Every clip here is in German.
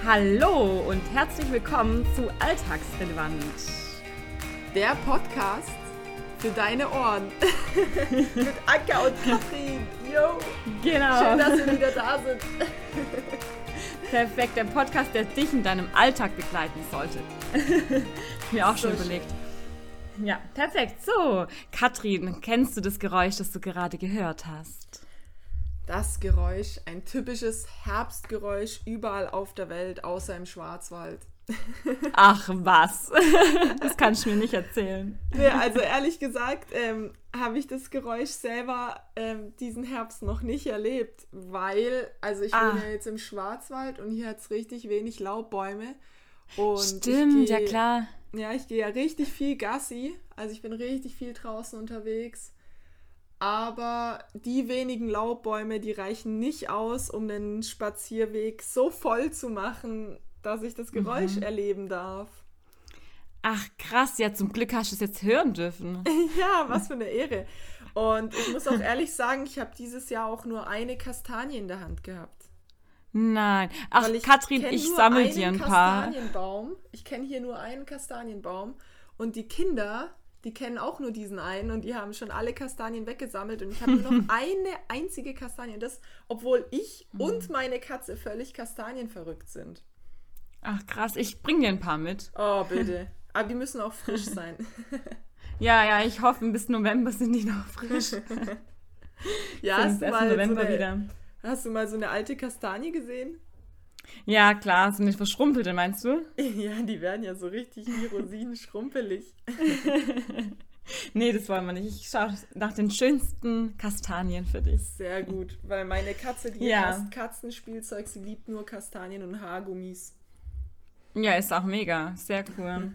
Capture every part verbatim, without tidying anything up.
Hallo und herzlich willkommen zu Alltagsrelevant. Der Podcast für deine Ohren. Mit Anka und Katrin. Yo. Genau. Schön, dass wir wieder da sind. Perfekt, der Podcast, der dich in deinem Alltag begleiten sollte. Mir auch So schon überlegt. Ja, perfekt. So, Katrin, kennst du das Geräusch, das du gerade gehört hast? Das Geräusch, ein typisches Herbstgeräusch überall auf der Welt, außer im Schwarzwald. Ach was, das kannst du mir nicht erzählen. Nee, also ehrlich gesagt ähm, habe ich das Geräusch selber ähm, diesen Herbst noch nicht erlebt, weil, also ich Ah. wohne ja jetzt im Schwarzwald und hier hat es richtig wenig Laubbäume. Und Stimmt, ich ja geh, klar. Ja, ich gehe ja richtig viel Gassi, also ich bin richtig viel draußen unterwegs. Aber die wenigen Laubbäume, die reichen nicht aus, um den Spazierweg so voll zu machen, dass ich das Geräusch Mhm. erleben darf. Ach krass, ja zum Glück hast du es jetzt hören dürfen. Ja, was für eine Ehre. Und ich muss auch ehrlich sagen, ich habe dieses Jahr auch nur eine Kastanie in der Hand gehabt. Nein, ach Weil ich Katrin, kenn ich nur sammle einen dir ein paar. Kastanienbaum. Ich kenne hier nur einen Kastanienbaum. Und die Kinder, die kennen auch nur diesen einen und die haben schon alle Kastanien weggesammelt. Und ich habe nur noch eine einzige Kastanie. Und das, obwohl ich und meine Katze völlig kastanienverrückt sind. Ach krass, ich bring dir ein paar mit. Oh, bitte. Aber die müssen auch frisch sein. Ja, ja, ich hoffe, bis November sind die noch frisch. Ja, Sind hast du, erst mal so November eine, wieder. hast du mal so eine alte Kastanie gesehen? Ja, klar, so eine verschrumpelte, meinst du? Ja, die werden ja so richtig wie Rosinen schrumpelig. Nee, das wollen wir nicht. Ich schaue nach den schönsten Kastanien für dich. Sehr gut, weil meine Katze, die Ja. hasst Katzenspielzeug, sie liebt nur Kastanien und Haargummis. Ja, ist auch mega. Sehr cool.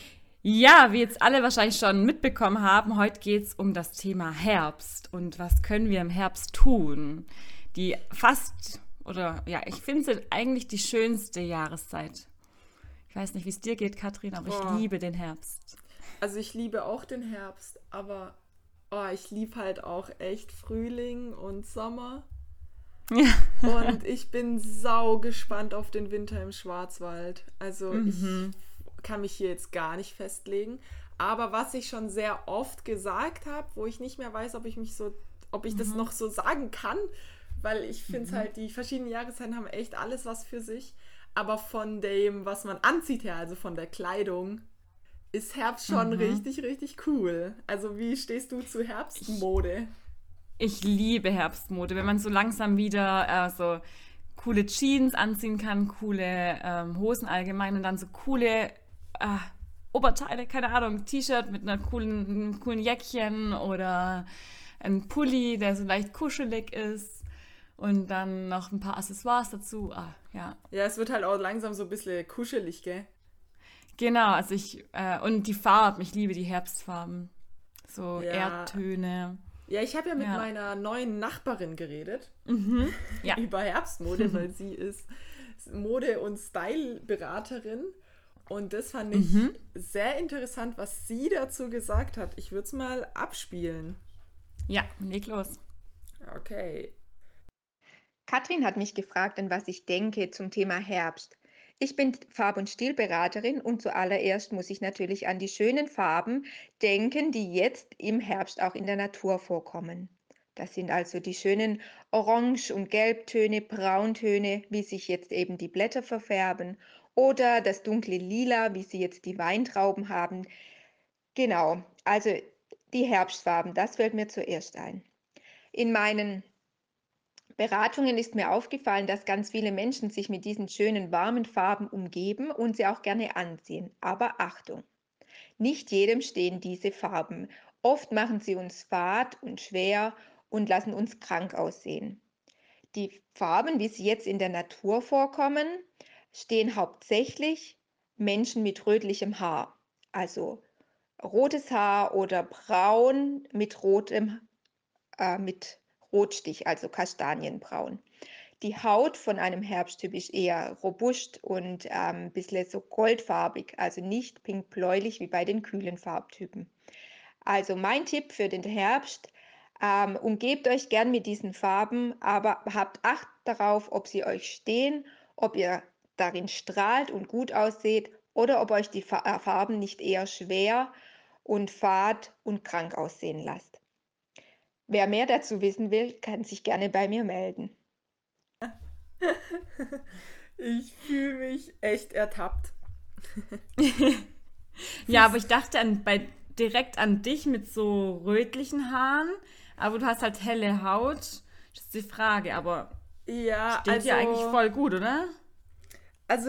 Ja, wie jetzt alle wahrscheinlich schon mitbekommen haben, heute geht es um das Thema Herbst und was können wir im Herbst tun? Die fast, oder ja, ich finde es eigentlich die schönste Jahreszeit. Ich weiß nicht, wie es dir geht, Katrin, aber Boah. ich liebe den Herbst. Also ich liebe auch den Herbst, aber oh, ich liebe halt auch echt Frühling und Sommer. Ja. Und ich bin sau gespannt auf den Winter im Schwarzwald. Also Mhm. ich kann mich hier jetzt gar nicht festlegen. Aber was ich schon sehr oft gesagt habe, wo ich nicht mehr weiß, ob ich mich so, ob ich das noch so sagen kann, weil ich finde es halt, die verschiedenen Jahreszeiten haben echt alles was für sich. Aber von dem, was man anzieht her, also von der Kleidung, ist Herbst schon Mhm. richtig, richtig cool. Also wie stehst du zu Herbstmode? Ich liebe Herbstmode, wenn man so langsam wieder äh, so coole Jeans anziehen kann, coole ähm, Hosen allgemein und dann so coole äh, Oberteile, keine Ahnung, T-Shirt mit einer coolen, einem coolen Jäckchen oder ein Pulli, der so leicht kuschelig ist und dann noch ein paar Accessoires dazu. Ah, ja, Ja, es wird halt auch langsam so ein bisschen kuschelig, gell? genau, also ich, äh, und die Farben, ich liebe die Herbstfarben, so Ja. Erdtöne. Ja, ich habe ja mit Ja. meiner neuen Nachbarin geredet Mhm. Ja. über Herbstmode, weil sie ist Mode- und Styleberaterin. Und das fand ich Mhm. sehr interessant, was sie dazu gesagt hat. Ich würde es mal abspielen. Ja, leg los. Okay. Katrin hat mich gefragt, an was ich denke zum Thema Herbst. Ich bin Farb- und Stilberaterin und zuallererst muss ich natürlich an die schönen Farben denken, die jetzt im Herbst auch in der Natur vorkommen. Das sind also die schönen Orange- und Gelbtöne, Brauntöne, wie sich jetzt eben die Blätter verfärben, oder das dunkle Lila, wie sie jetzt die Weintrauben haben. Genau, also die Herbstfarben, das fällt mir zuerst ein. In meinen Beratungen ist mir aufgefallen, dass ganz viele Menschen sich mit diesen schönen warmen Farben umgeben und sie auch gerne anziehen. Aber Achtung, nicht jedem stehen diese Farben. Oft machen sie uns fad und schwer und lassen uns krank aussehen. Die Farben, wie sie jetzt in der Natur vorkommen, stehen hauptsächlich Menschen mit rötlichem Haar. Also rotes Haar oder braun mit rotem äh, mit Rotstich, also kastanienbraun. Die Haut von einem Herbsttyp ist eher robust und ähm, ein bisschen so goldfarbig, also nicht pinkbläulich wie bei den kühlen Farbtypen. Also mein Tipp für den Herbst, ähm, umgebt euch gern mit diesen Farben, aber habt Acht darauf, ob sie euch stehen, ob ihr darin strahlt und gut aussieht oder ob euch die Fa äh, Farben nicht eher schwer und fad und krank aussehen lasst. Wer mehr dazu wissen will, kann sich gerne bei mir melden. Ich fühle mich echt ertappt. Ja, aber ich dachte an, bei, direkt an dich mit so rötlichen Haaren, aber du hast halt helle Haut. Das ist die Frage, aber Ja, steht also, dir eigentlich voll gut, oder? also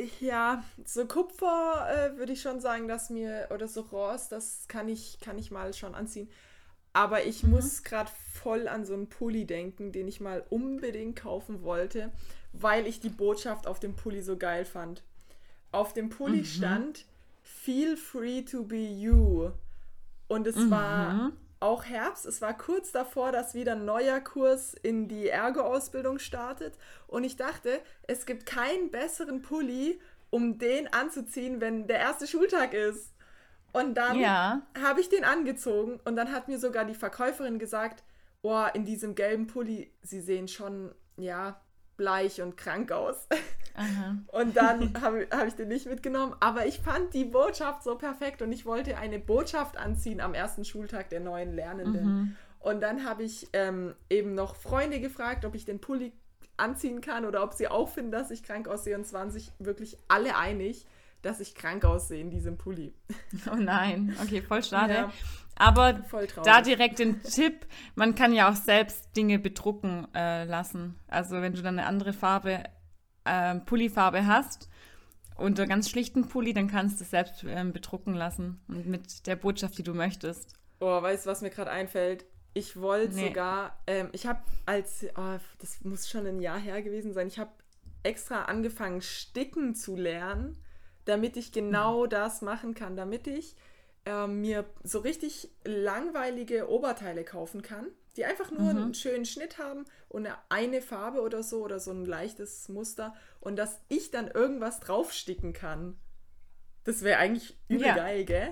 ja, so Kupfer äh, würde ich schon sagen, dass mir, oder so Rost, das kann ich, kann ich mal schon anziehen. Aber ich muss gerade voll an so einen Pulli denken, den ich mal unbedingt kaufen wollte, weil ich die Botschaft auf dem Pulli so geil fand. Auf dem Pulli stand Feel free to be you. Und es war auch Herbst, es war kurz davor, dass wieder ein neuer Kurs in die Ergo-Ausbildung startet. Und ich dachte, es gibt keinen besseren Pulli, um den anzuziehen, wenn der erste Schultag ist. Und dann Ja. habe ich den angezogen und dann hat mir sogar die Verkäuferin gesagt, oh, in diesem gelben Pulli, sie sehen schon, ja, bleich und krank aus. Aha. Und dann habe hab ich den nicht mitgenommen, aber ich fand die Botschaft so perfekt und ich wollte eine Botschaft anziehen am ersten Schultag der neuen Lernenden. Mhm. Und dann habe ich ähm, eben noch Freunde gefragt, ob ich den Pulli anziehen kann oder ob sie auch finden, dass ich krank aussehe. Und es waren sich wirklich alle einig, dass ich krank aussehe in diesem Pulli. Oh nein, okay, voll schade. Ja. Aber Voll traurig. da direkt den Tipp, man kann ja auch selbst Dinge bedrucken äh, lassen. Also wenn du dann eine andere Farbe, äh, Pullifarbe hast und einen ganz schlichten Pulli, dann kannst du es selbst ähm, bedrucken lassen und mit der Botschaft, die du möchtest. Oh, weißt du, was mir gerade einfällt? Ich wollte Nee. sogar, ähm, ich habe als, oh, das muss schon ein Jahr her gewesen sein, ich habe extra angefangen, sticken zu lernen, damit ich genau das machen kann, damit ich ähm, mir so richtig langweilige Oberteile kaufen kann, die einfach nur einen schönen Schnitt haben und eine, eine Farbe oder so oder so ein leichtes Muster und dass ich dann irgendwas draufsticken kann. Das wäre eigentlich übel Ja. geil, gell?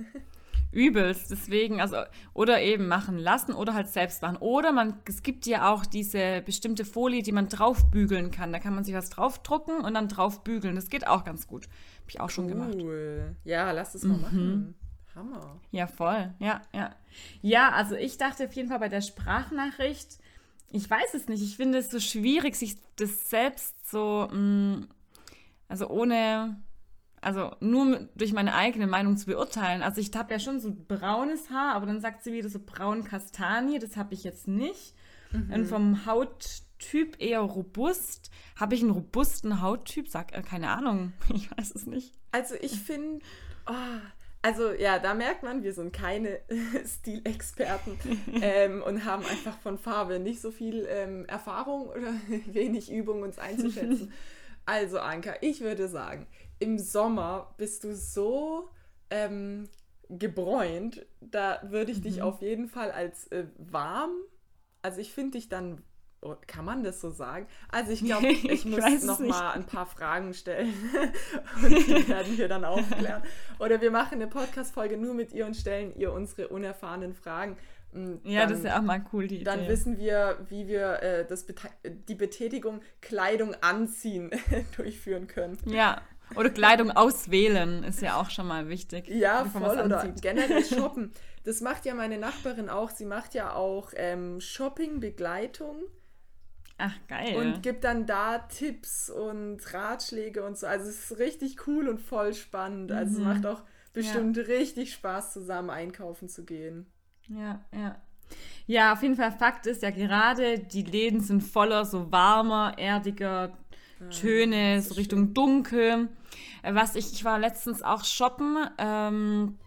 Übelst, deswegen, also, oder eben machen lassen oder halt selbst machen. Oder man, es gibt ja auch diese bestimmte Folie, die man draufbügeln kann. Da kann man sich was draufdrucken und dann drauf bügeln. Das geht auch ganz gut. Habe ich auch schon gemacht. Cool. Ja, lass es mal machen. Hammer. Ja, voll. Ja, ja. Ja, also ich dachte auf jeden Fall bei der Sprachnachricht, ich weiß es nicht, ich finde es so schwierig, sich das selbst so, mh, also ohne, also nur mit, durch meine eigene Meinung zu beurteilen. Also ich habe ja schon so braunes Haar, aber dann sagt sie wieder so braun-kastanie, das habe ich jetzt nicht. Und vom Hauttyp eher robust. Habe ich einen robusten Hauttyp? Sag, äh, keine Ahnung, ich weiß es nicht. Also ich finde, oh, also ja, da merkt man, wir sind keine Stilexperten ähm, und haben einfach von Farbe nicht so viel ähm, Erfahrung oder wenig Übung, uns einzuschätzen. Also Anka, ich würde sagen, im Sommer bist du so ähm, gebräunt, da würde ich dich auf jeden Fall als äh, warm, also ich finde dich dann, oh, kann man das so sagen? Also ich glaube, ich Ich muss weiß es noch nicht. mal ein paar Fragen stellen und die werden wir dann aufklären. Oder wir machen eine Podcast-Folge nur mit ihr und stellen ihr unsere unerfahrenen Fragen. Und Ja, dann, das ist ja auch mal cool, die Idee. Dann wissen wir, wie wir äh, das Beta- die Betätigung Kleidung anziehen durchführen können. Ja, oder Kleidung auswählen ist ja auch schon mal wichtig. Ja, bevor man voll. es Oder anzieht. generell shoppen. Das macht ja meine Nachbarin auch. Sie macht ja auch ähm, Shopping-Begleitung Ach, geil. und gibt dann da Tipps und Ratschläge und so. Also es ist richtig cool und voll spannend. Also es macht auch bestimmt richtig Spaß, zusammen einkaufen zu gehen. Ja, ja. Ja, auf jeden Fall Fakt ist ja gerade, die Läden sind voller so warmer, erdiger Töne, so Richtung dunkel. Äh, Was ich, ich war letztens auch shoppen ähm,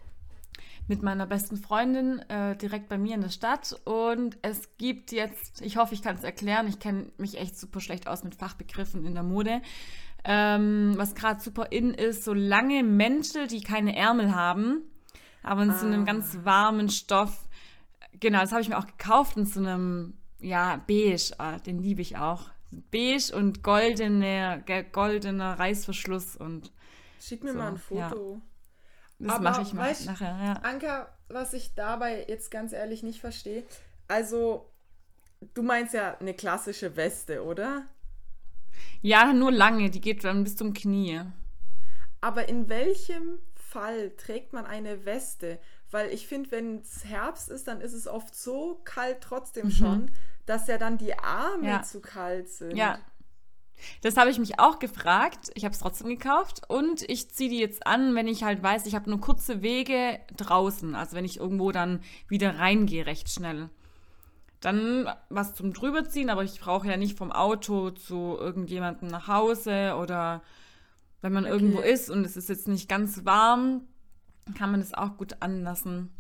mit meiner besten Freundin äh, direkt bei mir in der Stadt und es gibt jetzt, ich hoffe, ich kann es erklären, ich kenne mich echt super schlecht aus mit Fachbegriffen in der Mode, ähm, was gerade super in ist, so lange Mäntel, die keine Ärmel haben, aber in so einem ganz warmen Stoff. Genau, das habe ich mir auch gekauft in so einem, ja, beige, ah, den liebe ich auch. Beige und goldene, ge- goldener Reißverschluss und Schick mir So, mal ein Foto. das Aber mache ich mal weißt- nachher, ja. Anka, was ich dabei jetzt ganz ehrlich nicht verstehe, also du meinst ja eine klassische Weste, oder? Ja, nur lange, die geht dann bis zum Knie. Aber in welchem Fall trägt man eine Weste? Weil ich finde, wenn es Herbst ist, dann ist es oft so kalt trotzdem Mhm. schon, dass ja dann die Arme Ja. zu kalt sind. Ja, das habe ich mich auch gefragt. Ich habe es trotzdem gekauft und ich ziehe die jetzt an, wenn ich halt weiß, ich habe nur kurze Wege draußen. Also wenn ich irgendwo dann wieder reingehe, recht schnell. Dann was zum Drüberziehen, aber ich brauche ja nicht vom Auto zu irgendjemandem nach Hause oder wenn man irgendwo Okay. ist und es ist jetzt nicht ganz warm, kann man das auch gut anlassen.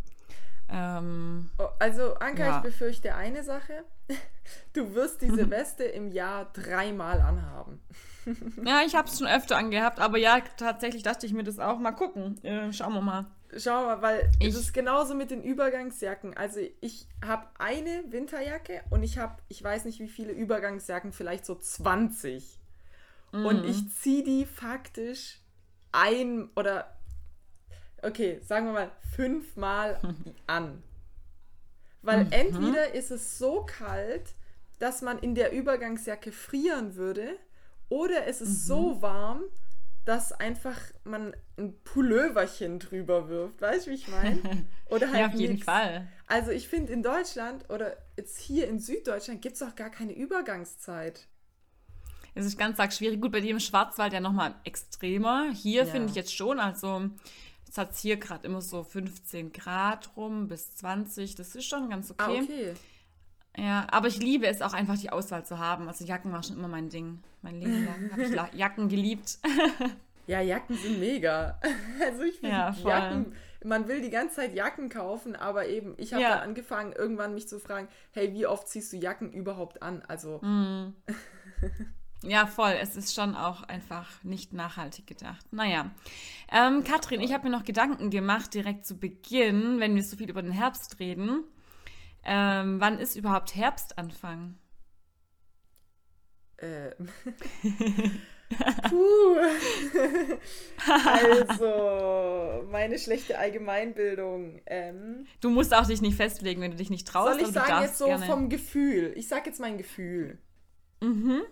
Ähm, Oh, Also, Anka, ja. ich befürchte eine Sache. Du wirst diese Weste im Jahr dreimal anhaben. Ja, ich habe es schon öfter angehabt, aber ja, tatsächlich dachte ich mir das auch. Mal gucken. Äh, schauen wir mal. Schau mal, weil Ich- es ist genauso mit den Übergangsjacken. Also ich habe eine Winterjacke und ich habe, ich weiß nicht wie viele Übergangsjacken, vielleicht so zwanzig. Und ich ziehe die faktisch ein oder, okay, sagen wir mal fünfmal an. Weil entweder ist es so kalt, dass man in der Übergangsjacke frieren würde, oder es ist so warm, dass einfach man ein Pulloverchen drüber wirft. Weißt du, wie ich meine? Oder halt Ja, auf jeden nix. Fall. Also ich finde, in Deutschland oder jetzt hier in Süddeutschland gibt es auch gar keine Übergangszeit. Es ist ganz arg schwierig. Gut, bei dir im Schwarzwald ja nochmal extremer. Hier Ja. finde ich jetzt schon, also jetzt hat es hier gerade immer so fünfzehn Grad rum bis zwanzig. Das ist schon ganz okay. Ah, okay. Ja, aber ich liebe es auch einfach, die Auswahl zu haben. Also Jacken war schon immer mein Ding. Mein Leben lang habe ich La- Jacken geliebt. Ja, Jacken sind mega. Also ich finde Ja, voll. Jacken, man will die ganze Zeit Jacken kaufen, aber eben, ich habe Ja. dann angefangen, irgendwann mich zu fragen, hey, wie oft ziehst du Jacken überhaupt an? Also, Mhm. Ja, voll. Es ist schon auch einfach nicht nachhaltig gedacht. Naja. Ähm, Katrin, ich habe mir noch Gedanken gemacht, direkt zu Beginn, wenn wir so viel über den Herbst reden. Ähm, wann ist überhaupt Herbstanfang? äh. Puh. Also, meine schlechte Allgemeinbildung. Ähm, Du musst auch dich nicht festlegen, wenn du dich nicht traust, soll ich aber du sagen darfst jetzt so gerne. vom Gefühl? Ich sag jetzt mein Gefühl. Mhm.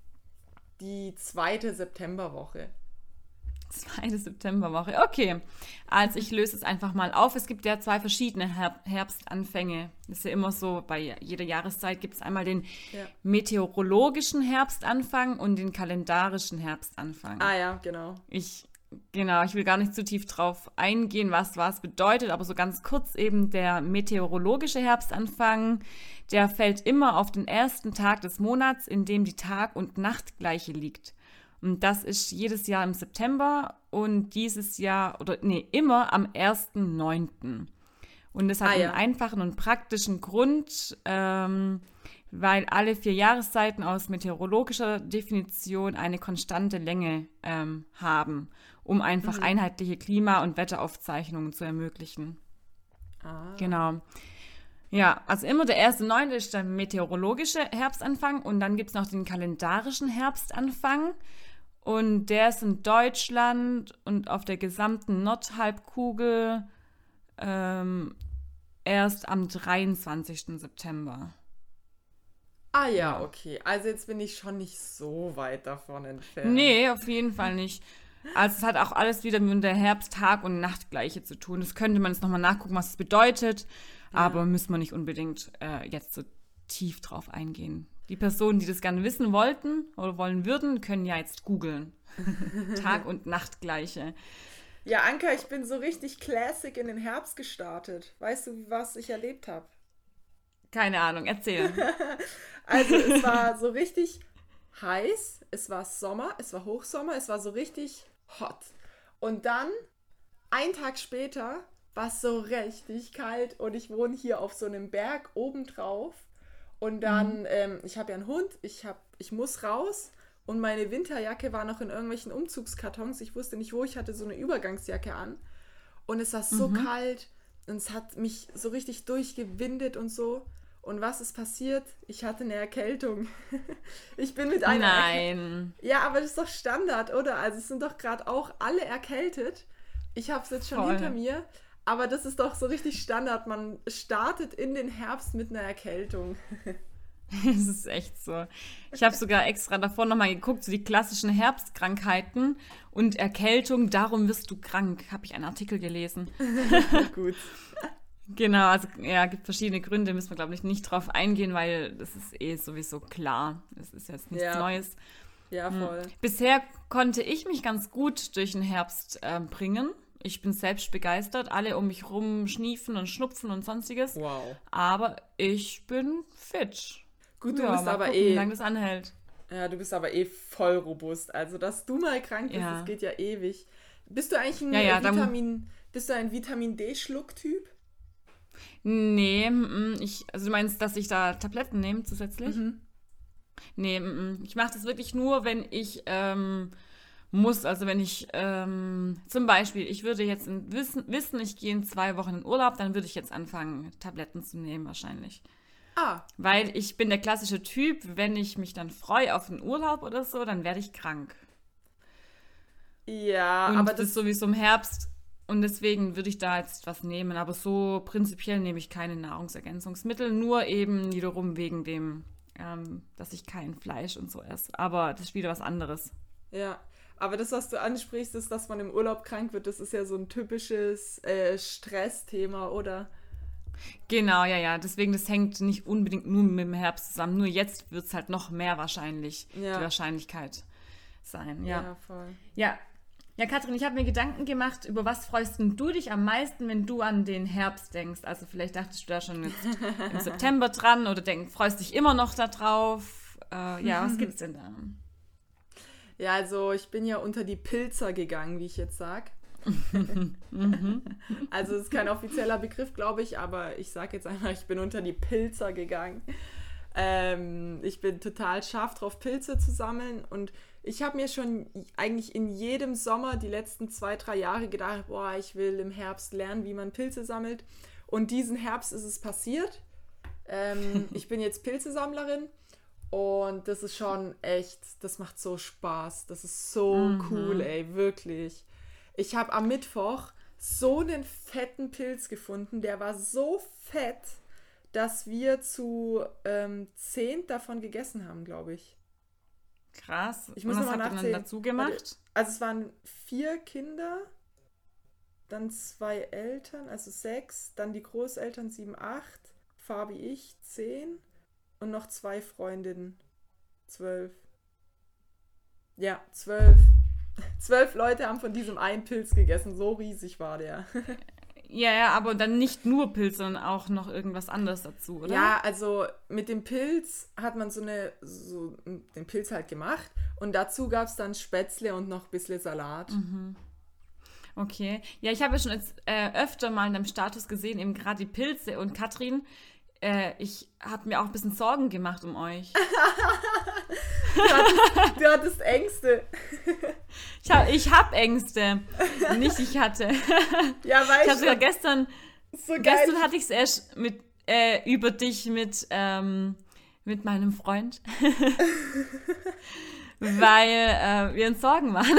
Die zweite Septemberwoche. Zweite Septemberwoche. Okay, also ich löse es einfach mal auf. Es gibt ja zwei verschiedene Her Herbstanfänge. Das ist ja immer so, bei jeder Jahreszeit gibt es einmal den Ja. meteorologischen Herbstanfang und den kalendarischen Herbstanfang. Ah ja, genau. Ich, genau, ich will gar nicht zu tief drauf eingehen, was was bedeutet, aber so ganz kurz eben der meteorologische Herbstanfang, der fällt immer auf den ersten Tag des Monats, in dem die Tag- und Nachtgleiche liegt. Und das ist jedes Jahr im September und dieses Jahr, oder nee, immer am ersten neunten Und das hat Ah, ja. einen einfachen und praktischen Grund, ähm, weil alle vier Jahreszeiten aus meteorologischer Definition eine konstante Länge ähm, haben, um einfach einheitliche Klima- und Wetteraufzeichnungen zu ermöglichen. Ah. Genau. Ja, also immer der erste Neunte ist der meteorologische Herbstanfang und dann gibt es noch den kalendarischen Herbstanfang. Und der ist in Deutschland und auf der gesamten Nordhalbkugel ähm, erst am dreiundzwanzigsten September. Ah ja, okay. Also jetzt bin ich schon nicht so weit davon entfernt. Nee, auf jeden Fall nicht. Also es hat auch alles wieder mit der Herbst-Tag- und Nachtgleiche zu tun. Das könnte man jetzt nochmal nachgucken, was es bedeutet, aber müssen wir nicht unbedingt äh, jetzt so tief drauf eingehen. Die Personen, die das gerne wissen wollten oder wollen würden, können ja jetzt googeln. Tag- und Nachtgleiche. Ja, Anka, ich bin so richtig classic in den Herbst gestartet. Weißt du, was ich erlebt habe? Keine Ahnung, erzähl. Also es war so richtig heiß, es war Sommer, es war Hochsommer, es war so richtig hot. Und dann, einen Tag später, war es so richtig kalt und ich wohne hier auf so einem Berg obendrauf. Und dann, ähm, ich habe ja einen Hund, ich, hab, ich muss raus und meine Winterjacke war noch in irgendwelchen Umzugskartons. Ich wusste nicht wo, ich hatte so eine Übergangsjacke an. Und es war so kalt und es hat mich so richtig durchgewindet und so. Und was ist passiert? Ich hatte eine Erkältung. Ich bin mit einer Erkältung. Nein. Ja, aber das ist doch Standard, oder? Also es sind doch gerade auch alle erkältet. Ich habe es jetzt schon Voll. hinter mir. Aber das ist doch so richtig Standard. Man startet in den Herbst mit einer Erkältung. Es ist echt so. Ich habe sogar extra davor nochmal geguckt, so die klassischen Herbstkrankheiten und Erkältung, darum wirst du krank, habe ich einen Artikel gelesen. Gut. Genau, also ja, gibt verschiedene Gründe, müssen wir, glaube ich, nicht drauf eingehen, weil das ist eh sowieso klar. Das ist jetzt nichts Ja. Neues. Ja, voll. Bisher konnte ich mich ganz gut durch den Herbst ähm, bringen. Ich bin selbst begeistert. Alle um mich rum schniefen und schnupfen und sonstiges. Wow. Aber ich bin fit. Gut, du Ja, bist mal aber gucken, eh. wie lange das anhält. Ja, du bist aber eh voll robust. Also, dass du mal krank bist, Ja. das geht ja ewig. Bist du eigentlich ein Ja, ja, da mu- Vitamin, bist du ein Vitamin D-Schlucktyp? Nee, mm, ich, also du meinst, dass ich da Tabletten nehme zusätzlich? Mhm. Nee, mm, ich mache das wirklich nur, wenn ich ähm, muss. Also wenn ich ähm, zum Beispiel, ich würde jetzt in wissen, wissen, ich gehe in zwei Wochen in Urlaub, dann würde ich jetzt anfangen, Tabletten zu nehmen wahrscheinlich. Ah, Weil ich bin der klassische Typ, wenn ich mich dann freue auf den Urlaub oder so, dann werde ich krank. ja, Und aber das das ist sowieso im Herbst. Und deswegen würde ich da jetzt was nehmen. Aber so prinzipiell nehme ich keine Nahrungsergänzungsmittel. Nur eben wiederum wegen dem, ähm, dass ich kein Fleisch und so esse. Aber das ist wieder was anderes. Ja, aber das, was du ansprichst, ist, dass man im Urlaub krank wird. Das ist ja so ein typisches äh, Stressthema, oder? Genau, ja, ja. Deswegen, das hängt nicht unbedingt nur mit dem Herbst zusammen. Nur jetzt wird es halt noch mehr wahrscheinlich, Ja. die Wahrscheinlichkeit sein. Ja, Ja, voll. ja. Ja, Katrin, ich habe mir Gedanken gemacht, über was freust denn du dich am meisten, wenn du an den Herbst denkst? Also vielleicht dachtest du da schon jetzt im September dran oder denk, freust dich immer noch da drauf. Äh, ja, was gibt's denn da? Ja, also ich bin ja unter die Pilzer gegangen, wie ich jetzt sag. Also es ist kein offizieller Begriff, glaube ich, aber ich sage jetzt einfach, ich bin unter die Pilzer gegangen. Ähm, ich bin total scharf drauf, Pilze zu sammeln, und ich habe mir schon eigentlich in jedem Sommer die letzten zwei, drei Jahre gedacht, boah, ich will im Herbst lernen, wie man Pilze sammelt, und diesen Herbst ist es passiert. Ähm, ich bin jetzt Pilzesammlerin. Und das ist schon echt, das macht so Spaß. Das ist so Mhm. cool, ey, wirklich. Ich habe am Mittwoch so einen fetten Pilz gefunden. Der war so fett, dass wir zu ähm, zehn davon gegessen haben, glaube ich. Krass. Ich muss und was noch mal habt ihr nachzählen. dann dazu gemacht? Also es waren vier Kinder, dann zwei Eltern, also sechs, dann die Großeltern sieben, acht, Fabi, ich, zehn. Und noch zwei Freundinnen. Zwölf. Ja, zwölf. Zwölf Leute haben von diesem einen Pilz gegessen. So riesig war der. Ja, ja, aber dann nicht nur Pilze, sondern auch noch irgendwas anderes dazu, oder? Ja, also mit dem Pilz hat man so eine, so den Pilz halt gemacht. Und dazu gab es dann Spätzle und noch ein bisschen Salat. Okay. Ja, ich habe ja schon jetzt, äh, öfter mal in deinem Status gesehen, eben gerade die Pilze. Und Katrin, äh, ich habe mir auch ein bisschen Sorgen gemacht um euch. Du hattest, du hattest Ängste. Ich habe ich hab Ängste. Nicht ich hatte. Ja, Ich weißt habe sogar du, gestern, so geil. gestern hatte ich es erst mit, äh, über dich mit, ähm, mit meinem Freund. Weil äh, wir uns Sorgen machen.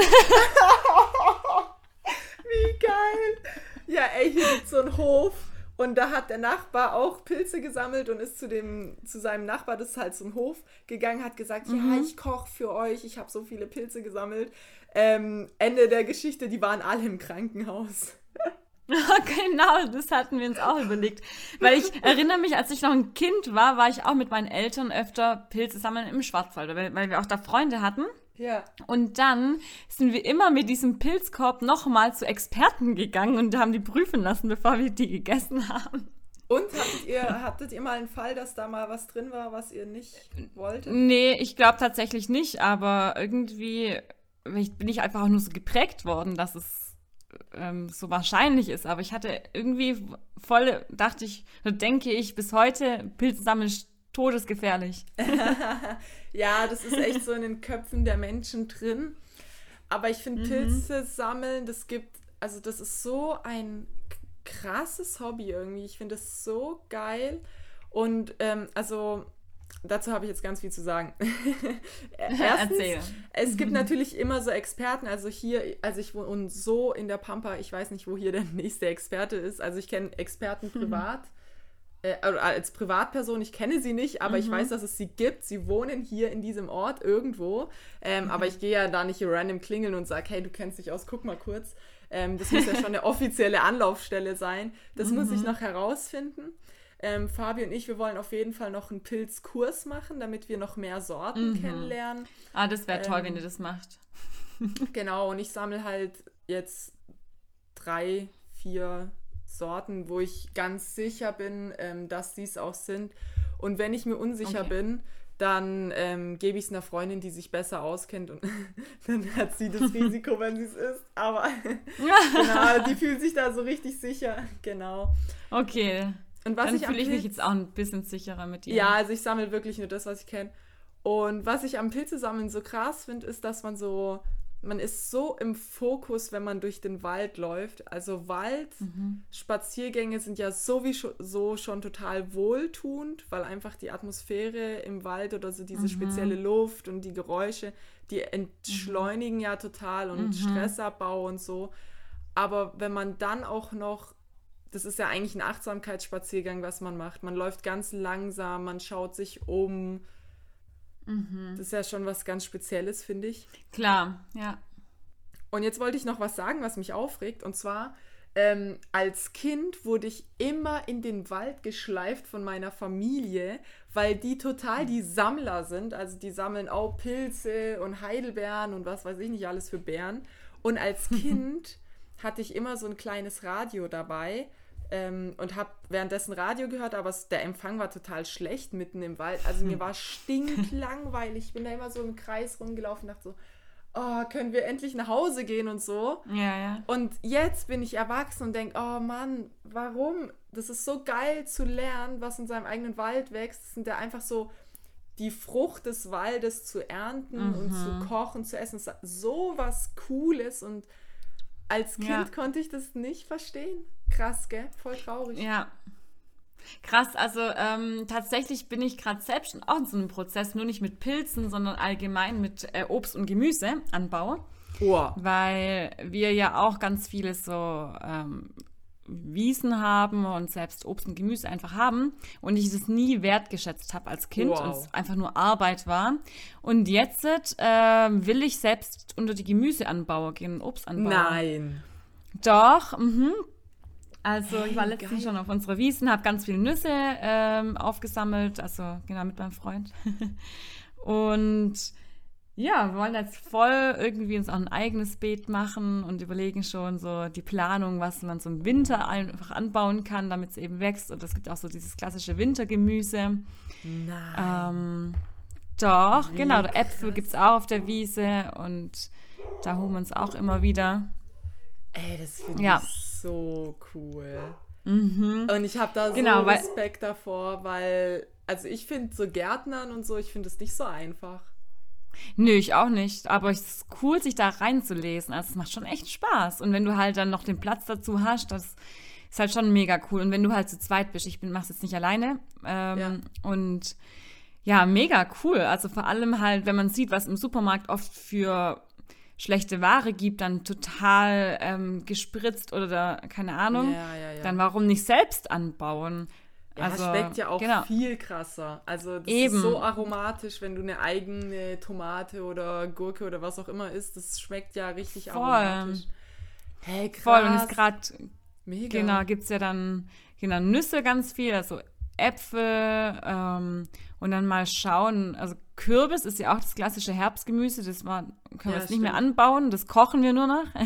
Wie geil. Ja, ey, hier gibt so einen Hof. Und da hat der Nachbar auch Pilze gesammelt und ist zu dem, zu seinem Nachbar, das ist halt so ein Hof, gegangen, hat gesagt, ja, ich koche für euch, ich habe so viele Pilze gesammelt. Ähm, Ende der Geschichte, die waren alle im Krankenhaus. Genau, das hatten wir uns auch überlegt. Weil ich erinnere mich, als ich noch ein Kind war, war ich auch mit meinen Eltern öfter Pilze sammeln im Schwarzwald, weil, weil wir auch da Freunde hatten. Ja. Und dann sind wir immer mit diesem Pilzkorb nochmal zu Experten gegangen und haben die prüfen lassen, bevor wir die gegessen haben. Und hattet ihr, hattet ihr mal einen Fall, dass da mal was drin war, was ihr nicht wolltet? Nee, ich glaube tatsächlich nicht, aber irgendwie bin ich einfach auch nur so geprägt worden, dass es ähm, so wahrscheinlich ist. Aber ich hatte irgendwie voll, dachte ich, denke ich bis heute, Pilze sammeln ist todesgefährlich. Ja, das ist echt so in den Köpfen der Menschen drin. Aber ich finde, Mhm. Pilze sammeln, das gibt, also das ist so ein k- krasses Hobby irgendwie. Ich finde das so geil. Und ähm, also dazu habe ich jetzt ganz viel zu sagen. Erstens, Erzähl. es gibt natürlich immer so Experten. Also hier, also ich wohne so in der Pampa, ich weiß nicht, wo hier der nächste Experte ist. Also ich kenne Experten privat. äh, als Privatperson, ich kenne sie nicht, aber Mhm. ich weiß, dass es sie gibt. Sie wohnen hier in diesem Ort irgendwo. Ähm, aber ich gehe ja da nicht random klingeln und sage, hey, du kennst dich aus, guck mal kurz. Ähm, das muss ja schon eine offizielle Anlaufstelle sein. Das muss ich noch herausfinden. Ähm, Fabi und ich, wir wollen auf jeden Fall noch einen Pilzkurs machen, damit wir noch mehr Sorten Mhm. kennenlernen. Ah, das wäre toll, Ähm, wenn ihr das macht. Genau, und ich sammle halt jetzt drei, vier Sorten, wo ich ganz sicher bin, ähm, dass dies auch sind. Und wenn ich mir unsicher Okay. bin, dann ähm, gebe ich es einer Freundin, die sich besser auskennt und dann hat sie das Risiko, wenn sie es isst. Aber genau, die fühlt sich da so richtig sicher. Genau. Okay, Und was dann ich am fühle ich mich Pilz- jetzt auch ein bisschen sicherer mit dir. Ja, also ich sammle wirklich nur das, was ich kenne. Und was ich am Pilzesammeln so krass finde, ist, dass man so, man ist so im Fokus, wenn man durch den Wald läuft. Also Wald, Spaziergänge sind ja sowieso schon total wohltuend, weil einfach die Atmosphäre im Wald oder so diese spezielle Luft und die Geräusche, die entschleunigen ja total und Stressabbau und so. Aber wenn man dann auch noch, das ist ja eigentlich ein Achtsamkeitsspaziergang, was man macht. Man läuft ganz langsam, man schaut sich um. Das ist ja schon was ganz Spezielles, finde ich. Klar, ja. Und jetzt wollte ich noch was sagen, was mich aufregt. Und zwar, ähm, als Kind wurde ich immer in den Wald geschleift von meiner Familie, weil die total die Sammler sind. Also die sammeln auch Pilze und Heidelbeeren und was weiß ich nicht alles für Beeren. Und als Kind hatte ich immer so ein kleines Radio dabei. Ähm, und habe währenddessen Radio gehört, aber es, der Empfang war total schlecht mitten im Wald. Also mir war stinklangweilig. Ich bin da immer so im Kreis rumgelaufen und dachte so, oh, können wir endlich nach Hause gehen und so. Ja, ja. Und jetzt bin ich erwachsen und denke, oh Mann, warum? Das ist so geil zu lernen, was in seinem eigenen Wald wächst. Das sind ja einfach so die Frucht des Waldes zu ernten Mhm. und zu kochen, zu essen. Das ist so was Cooles und als Kind Ja. konnte ich das nicht verstehen. Krass, gell? Voll traurig. Ja. Krass, also ähm, tatsächlich bin ich gerade selbst auch in so einem Prozess, nur nicht mit Pilzen, sondern allgemein mit äh, Obst- und Gemüseanbau, Oh. weil wir ja auch ganz viele so ähm, Wiesen haben und selbst Obst und Gemüse einfach haben und ich das nie wertgeschätzt habe als Kind Wow. und es einfach nur Arbeit war. Und jetzt äh, will ich selbst unter die Gemüseanbauer gehen, Obstanbauer. Nein. Doch, mhm. Also Hey, ich war letztens geil. schon auf unserer Wiesn, habe ganz viele Nüsse ähm, aufgesammelt, also genau mit meinem Freund. Und ja, wir wollen jetzt voll irgendwie uns auch ein eigenes Beet machen und überlegen schon so die Planung, was man so im Winter einfach anbauen kann, damit es eben wächst. Und es gibt auch so dieses klassische Wintergemüse. Nein. Ähm, doch, Wie genau, Äpfel krass. gibt es auch auf der Wiese und da holen wir uns auch immer wieder. Ey, das finde Ja. ich so cool. Mhm. Und ich habe da so Genau, weil- Respekt davor, weil, also ich finde so Gärtnern und so, ich finde es nicht so einfach. Nö, ich auch nicht. Aber es ist cool, sich da reinzulesen. Also es macht schon echt Spaß. Und wenn du halt dann noch den Platz dazu hast, das ist halt schon mega cool. Und wenn du halt zu zweit bist, ich bin, mach's jetzt nicht alleine. Ähm, Ja. Und ja, mega cool. Also vor allem halt, wenn man sieht, was im Supermarkt oft für schlechte Ware gibt, dann total ähm, gespritzt oder da, keine Ahnung, Ja, ja, ja. dann warum nicht selbst anbauen? Ja, also, schmeckt ja auch genau. viel krasser. Also das Eben. ist so aromatisch, wenn du eine eigene Tomate oder Gurke oder was auch immer isst. Das schmeckt ja richtig Voll. aromatisch. Hey, krass. Voll. Und ist gerade Mega. Genau, gibt es ja dann genau, Nüsse ganz viel, also Äpfel ähm, und dann mal schauen, also Kürbis ist ja auch das klassische Herbstgemüse, das war, können wir Ja, jetzt nicht mehr stimmt. anbauen, das kochen wir nur noch.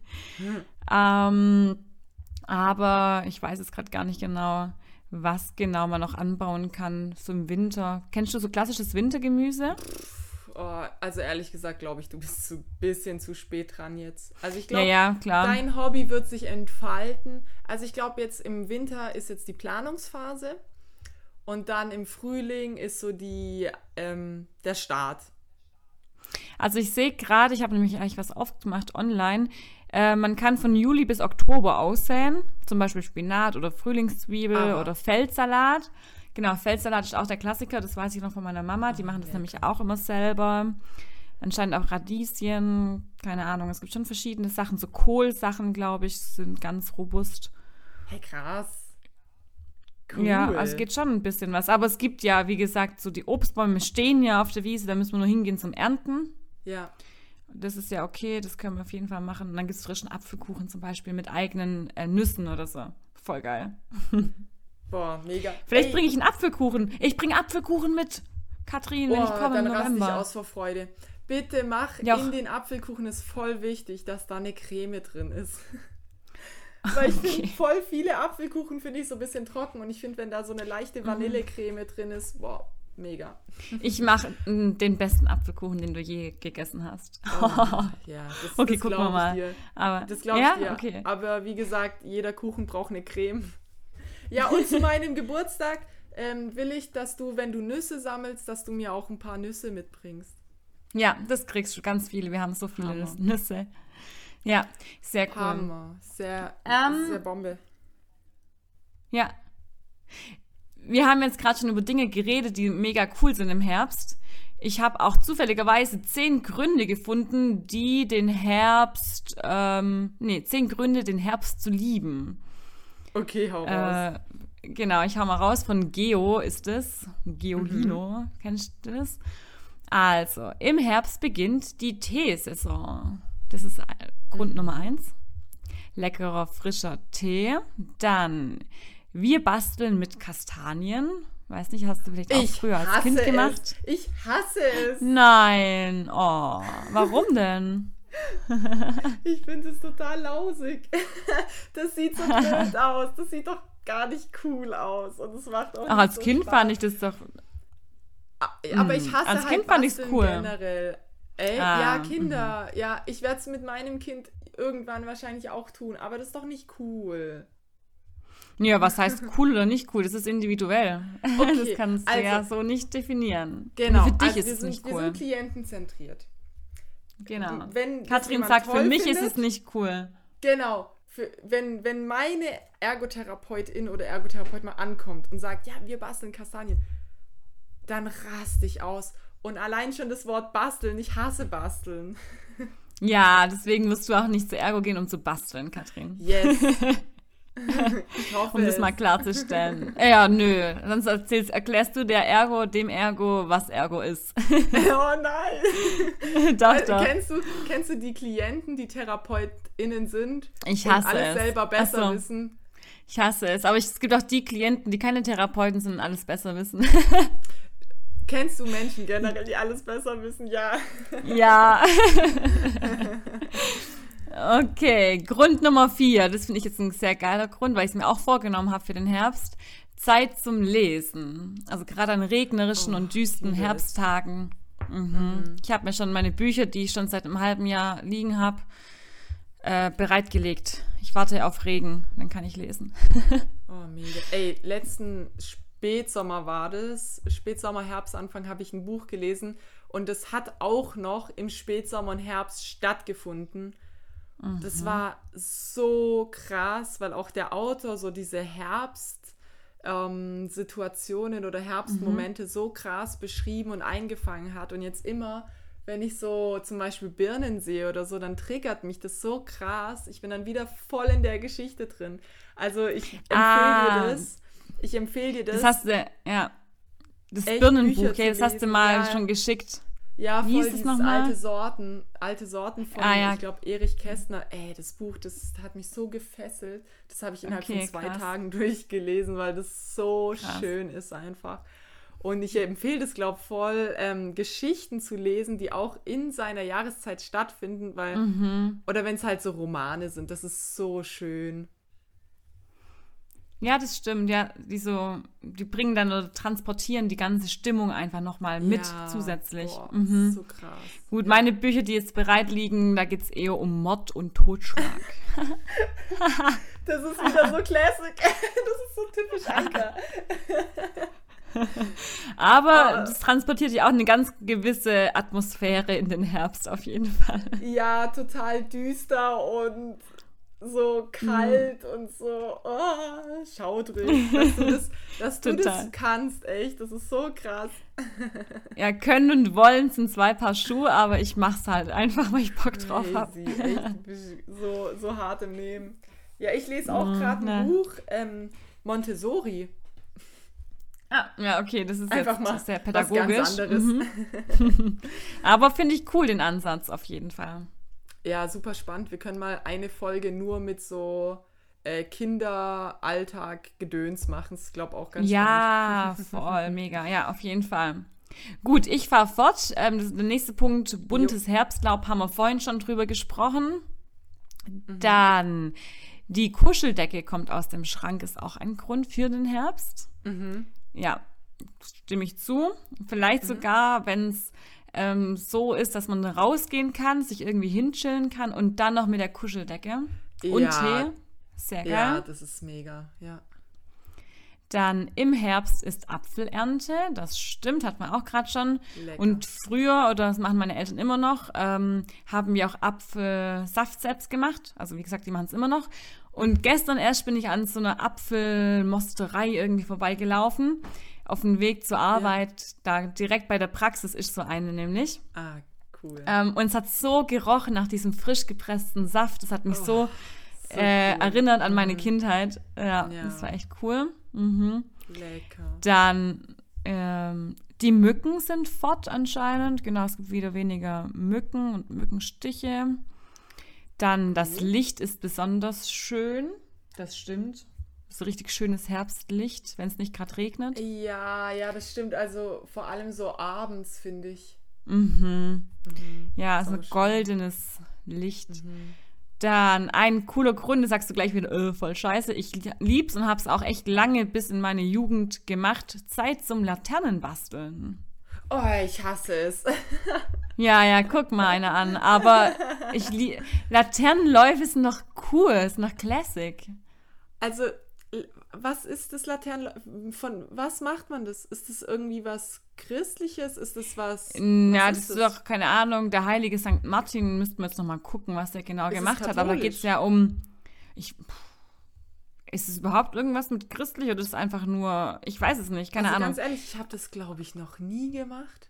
ähm, aber ich weiß jetzt gerade gar nicht genau, was genau man noch anbauen kann, so im Winter. Kennst du so klassisches Wintergemüse? Oh, also ehrlich gesagt, glaube ich, du bist ein bisschen zu spät dran jetzt. Also ich Ja, glaube, ja, klar. dein Hobby wird sich entfalten. Also ich glaube, jetzt im Winter ist jetzt die Planungsphase und dann im Frühling ist so die, ähm, der Start. Also ich sehe gerade, ich habe nämlich eigentlich was aufgemacht online, äh, man kann von Juli bis Oktober aussäen, zum Beispiel Spinat oder Frühlingszwiebel Aha. oder Feldsalat. Genau, Feldsalat ist auch der Klassiker, das weiß ich noch von meiner Mama, die machen das lecker. nämlich auch immer selber. Anscheinend auch Radieschen, keine Ahnung, es gibt schon verschiedene Sachen, so Kohlsachen, glaube ich, sind ganz robust. Hey, krass. Cool. Ja, also geht schon ein bisschen was. Aber es gibt ja, wie gesagt, so die Obstbäume stehen ja auf der Wiese, da müssen wir nur hingehen zum Ernten. Ja. Das ist ja okay, das können wir auf jeden Fall machen. Und dann gibt es frischen Apfelkuchen zum Beispiel mit eigenen äh, Nüssen oder so. Voll geil. Boah, mega. Vielleicht bringe ich einen Apfelkuchen. Ich bringe Apfelkuchen mit, Katrin, wenn Boah, ich komme im dann raste ich November. aus vor Freude. Bitte mach Ja. in den Apfelkuchen, ist voll wichtig, dass da eine Creme drin ist. Weil ich Okay. finde, voll viele Apfelkuchen finde ich so ein bisschen trocken und ich finde, wenn da so eine leichte Vanillecreme drin ist, boah, mega. Ich mache den besten Apfelkuchen, den du je gegessen hast. Oh, ja, das, Okay, das gucken wir glaub ich mal. dir. Aber, Das glaube ich ja? dir. Okay. Aber wie gesagt, jeder Kuchen braucht eine Creme. Ja, und zu meinem Geburtstag ähm, will ich, dass du, wenn du Nüsse sammelst, dass du mir auch ein paar Nüsse mitbringst. Ja, das kriegst du ganz viele. Wir haben so viele Hammer. Nüsse. Ja, sehr cool. Hammer. Sehr, Ähm, sehr Bombe. Ja. Wir haben jetzt gerade schon über Dinge geredet, die mega cool sind im Herbst. Ich habe auch zufälligerweise zehn Gründe gefunden, die den Herbst, ähm, nee, zehn Gründe, den Herbst zu lieben. Okay, hau raus. Äh, genau, ich hau mal raus, von Geo ist es. Geolino, Mhm. kennst du das? Also, im Herbst beginnt die Teesaison. Das ist äh, Grund Mhm. Nummer eins. Leckerer, frischer Tee. Dann, wir basteln mit Kastanien. Weiß nicht, hast du vielleicht auch Ich früher als hasse Kind gemacht? es. Ich hasse es. Nein. Oh, warum denn? Ich finde es total lausig. Das sieht so blöd aus. Das sieht doch gar nicht cool aus. Und es macht auch Ach, nicht als so Kind Spaß. fand ich das doch. Aber ich hasse Als halt Kind fand ich's Basteln cool. generell. Ey, Ah, ja, Kinder. Ja, ich werde es mit meinem Kind irgendwann wahrscheinlich auch tun. Aber das ist doch nicht cool. Ja, was heißt cool oder nicht cool? Das ist individuell. Okay, Das kannst du also- ja so nicht definieren. Genau. Nur für dich also ist wir es sind, nicht Wir cool. sind klientenzentriert. Genau. Wenn das Katrin jemand sagt, für toll mich findet, ist es nicht cool. Genau. Für, wenn, wenn meine Ergotherapeutin oder Ergotherapeut mal ankommt und sagt, ja, wir basteln Kastanien, dann raste ich aus. Und allein schon das Wort basteln, ich hasse basteln. Ja, deswegen wirst du auch nicht zu Ergo gehen, um zu basteln, Katrin. Yes. Ich hoffe Um das es. mal klarzustellen. Ja, nö. Sonst erzählst, erklärst du der Ergo, dem Ergo, was Ergo ist. Oh nein. Doch, Äh, doch. Kennst du, kennst du die Klienten, die TherapeutInnen sind Ich und hasse alles es. selber besser Ach so. wissen? Ich hasse es. Aber ich, es gibt auch die Klienten, die keine Therapeuten sind und alles besser wissen. Kennst du Menschen generell, die alles besser wissen? Ja. Ja. Okay, Grund Nummer vier. Das finde ich jetzt ein sehr geiler Grund, weil ich es mir auch vorgenommen habe für den Herbst. Zeit zum Lesen. Also gerade an regnerischen Oh, und düsten liebe es. Herbsttagen. Mhm. Ich habe mir schon meine Bücher, die ich schon seit einem halben Jahr liegen habe, äh, bereitgelegt. Ich warte auf Regen, dann kann ich lesen. Oh, mega. Ey, letzten Spätsommer war das. Spätsommer, Herbstanfang habe ich ein Buch gelesen und es hat auch noch im Spätsommer und Herbst stattgefunden. Das war so krass, weil auch der Autor so diese Herbst-Situationen oder Herbstmomente so krass beschrieben und eingefangen hat. Und jetzt immer, wenn ich so zum Beispiel Birnen sehe oder so, dann triggert mich das so krass. Ich bin dann wieder voll in der Geschichte drin. Also ich empfehle Ah. dir das. Ich empfehle dir das. Das hast du, ja. Das Echt Birnenbuch, Bücher zu ja, das hast du lesen, mal ja. schon geschickt. Ja, Wie voll hieß es dieses nochmal? alte Sorten, alte Sorten von, Ah, ja. ich glaube, Erich Kästner. Ey, das Buch, das hat mich so gefesselt. Das habe ich innerhalb Okay, von zwei krass. Tagen durchgelesen, weil das so Krass. schön ist einfach. Und ich empfehle das, glaube ich, voll, ähm, Geschichten zu lesen, die auch in seiner Jahreszeit stattfinden, weil, Mhm. oder wenn es halt so Romane sind, das ist so schön. Ja, das stimmt, ja. Die so, die bringen dann oder transportieren die ganze Stimmung einfach nochmal mit Ja, zusätzlich. Boah, Mhm. so krass. Gut, meine Bücher, die jetzt bereit liegen, da geht es eher um Mord und Totschlag. Das ist wieder so Classic. Das ist so typisch Anker. Aber Aber- das transportiert ja auch eine ganz gewisse Atmosphäre in den Herbst auf jeden Fall. Ja, total düster und so kalt und so oh, schaudrig, dass du das, dass du das Total. kannst, echt, das ist so krass. Ja, können und wollen sind zwei Paar Schuhe, aber ich mach's halt einfach, weil ich Bock drauf habe. Crazy, echt so, so hart im Nehmen. Ja, ich lese auch Mm, gerade ein ne. Buch, ähm, Montessori. Ah, ja, okay, das ist Einfach jetzt mal sehr was ganz pädagogisch. anderes. Mhm. Aber finde ich cool, den Ansatz auf jeden Fall. Ja, super spannend. Wir können mal eine Folge nur mit so äh, Kinderalltag Gedöns machen. Das ist, glaube ich, auch ganz Ja, voll, mega. Ja, auf jeden Fall. Gut, ich fahre fort. Ähm, das, der nächste Punkt, buntes Herbstlaub, haben wir vorhin schon drüber gesprochen. Dann die Kuscheldecke kommt aus dem Schrank, ist auch ein Grund für den Herbst. Mhm. Ja, stimme ich zu. Vielleicht Mhm. sogar, wenn es ähm, so ist, dass man rausgehen kann, sich irgendwie hinchillen kann und dann noch mit der Kuscheldecke und Ja, Tee. Sehr geil. ja, das ist mega. Ja. Dann im Herbst ist Apfelernte. Das stimmt, hat man auch gerade schon. Lecker. Und früher, oder das machen meine Eltern immer noch, ähm, haben wir auch Apfelsaft selbst gemacht. Also wie gesagt, die machen es immer noch. Und gestern erst bin ich an so einer Apfelmosterei irgendwie vorbeigelaufen. Auf dem Weg zur Arbeit, da direkt bei der Praxis ist so eine nämlich. Ah, cool. Ähm, und es hat so gerochen nach diesem frisch gepressten Saft. Das hat mich Oh, so, so äh, cool. erinnert an meine Mhm. Kindheit. Ja, Ja. das war echt cool. Mhm. Lecker. Dann ähm, die Mücken sind fort anscheinend. Genau, es gibt wieder weniger Mücken und Mückenstiche. Dann das Licht ist besonders schön. Das stimmt. So richtig schönes Herbstlicht, wenn es nicht gerade regnet. Ja, ja, das stimmt. Also vor allem so abends, finde ich. Mhm. Mhm. Ja, so Sau schön. goldenes Licht. Mhm. Dann ein cooler Grund, da sagst du gleich wieder, äh, voll scheiße. Ich lieb's und hab's auch echt lange bis in meine Jugend gemacht. Zeit zum Laternenbasteln. Oh, ich hasse es. Ja, ja, guck mal eine an. Aber ich lie- Laternenläufe sind noch cool, sind noch Classic. Also, l- was ist das Laternenläufen? Von was macht man das? Ist das irgendwie was Christliches? Ist das was? Ja, was das ist doch, keine Ahnung, der heilige Sankt Martin, müssten wir jetzt noch mal gucken, was der genau Ist es gemacht hat. Aber da katholisch? geht's ja um, ich, ist es überhaupt irgendwas mit christlich oder ist es einfach nur, ich weiß es nicht, keine also Ahnung. ganz ehrlich, ich habe das, glaube ich, noch nie gemacht.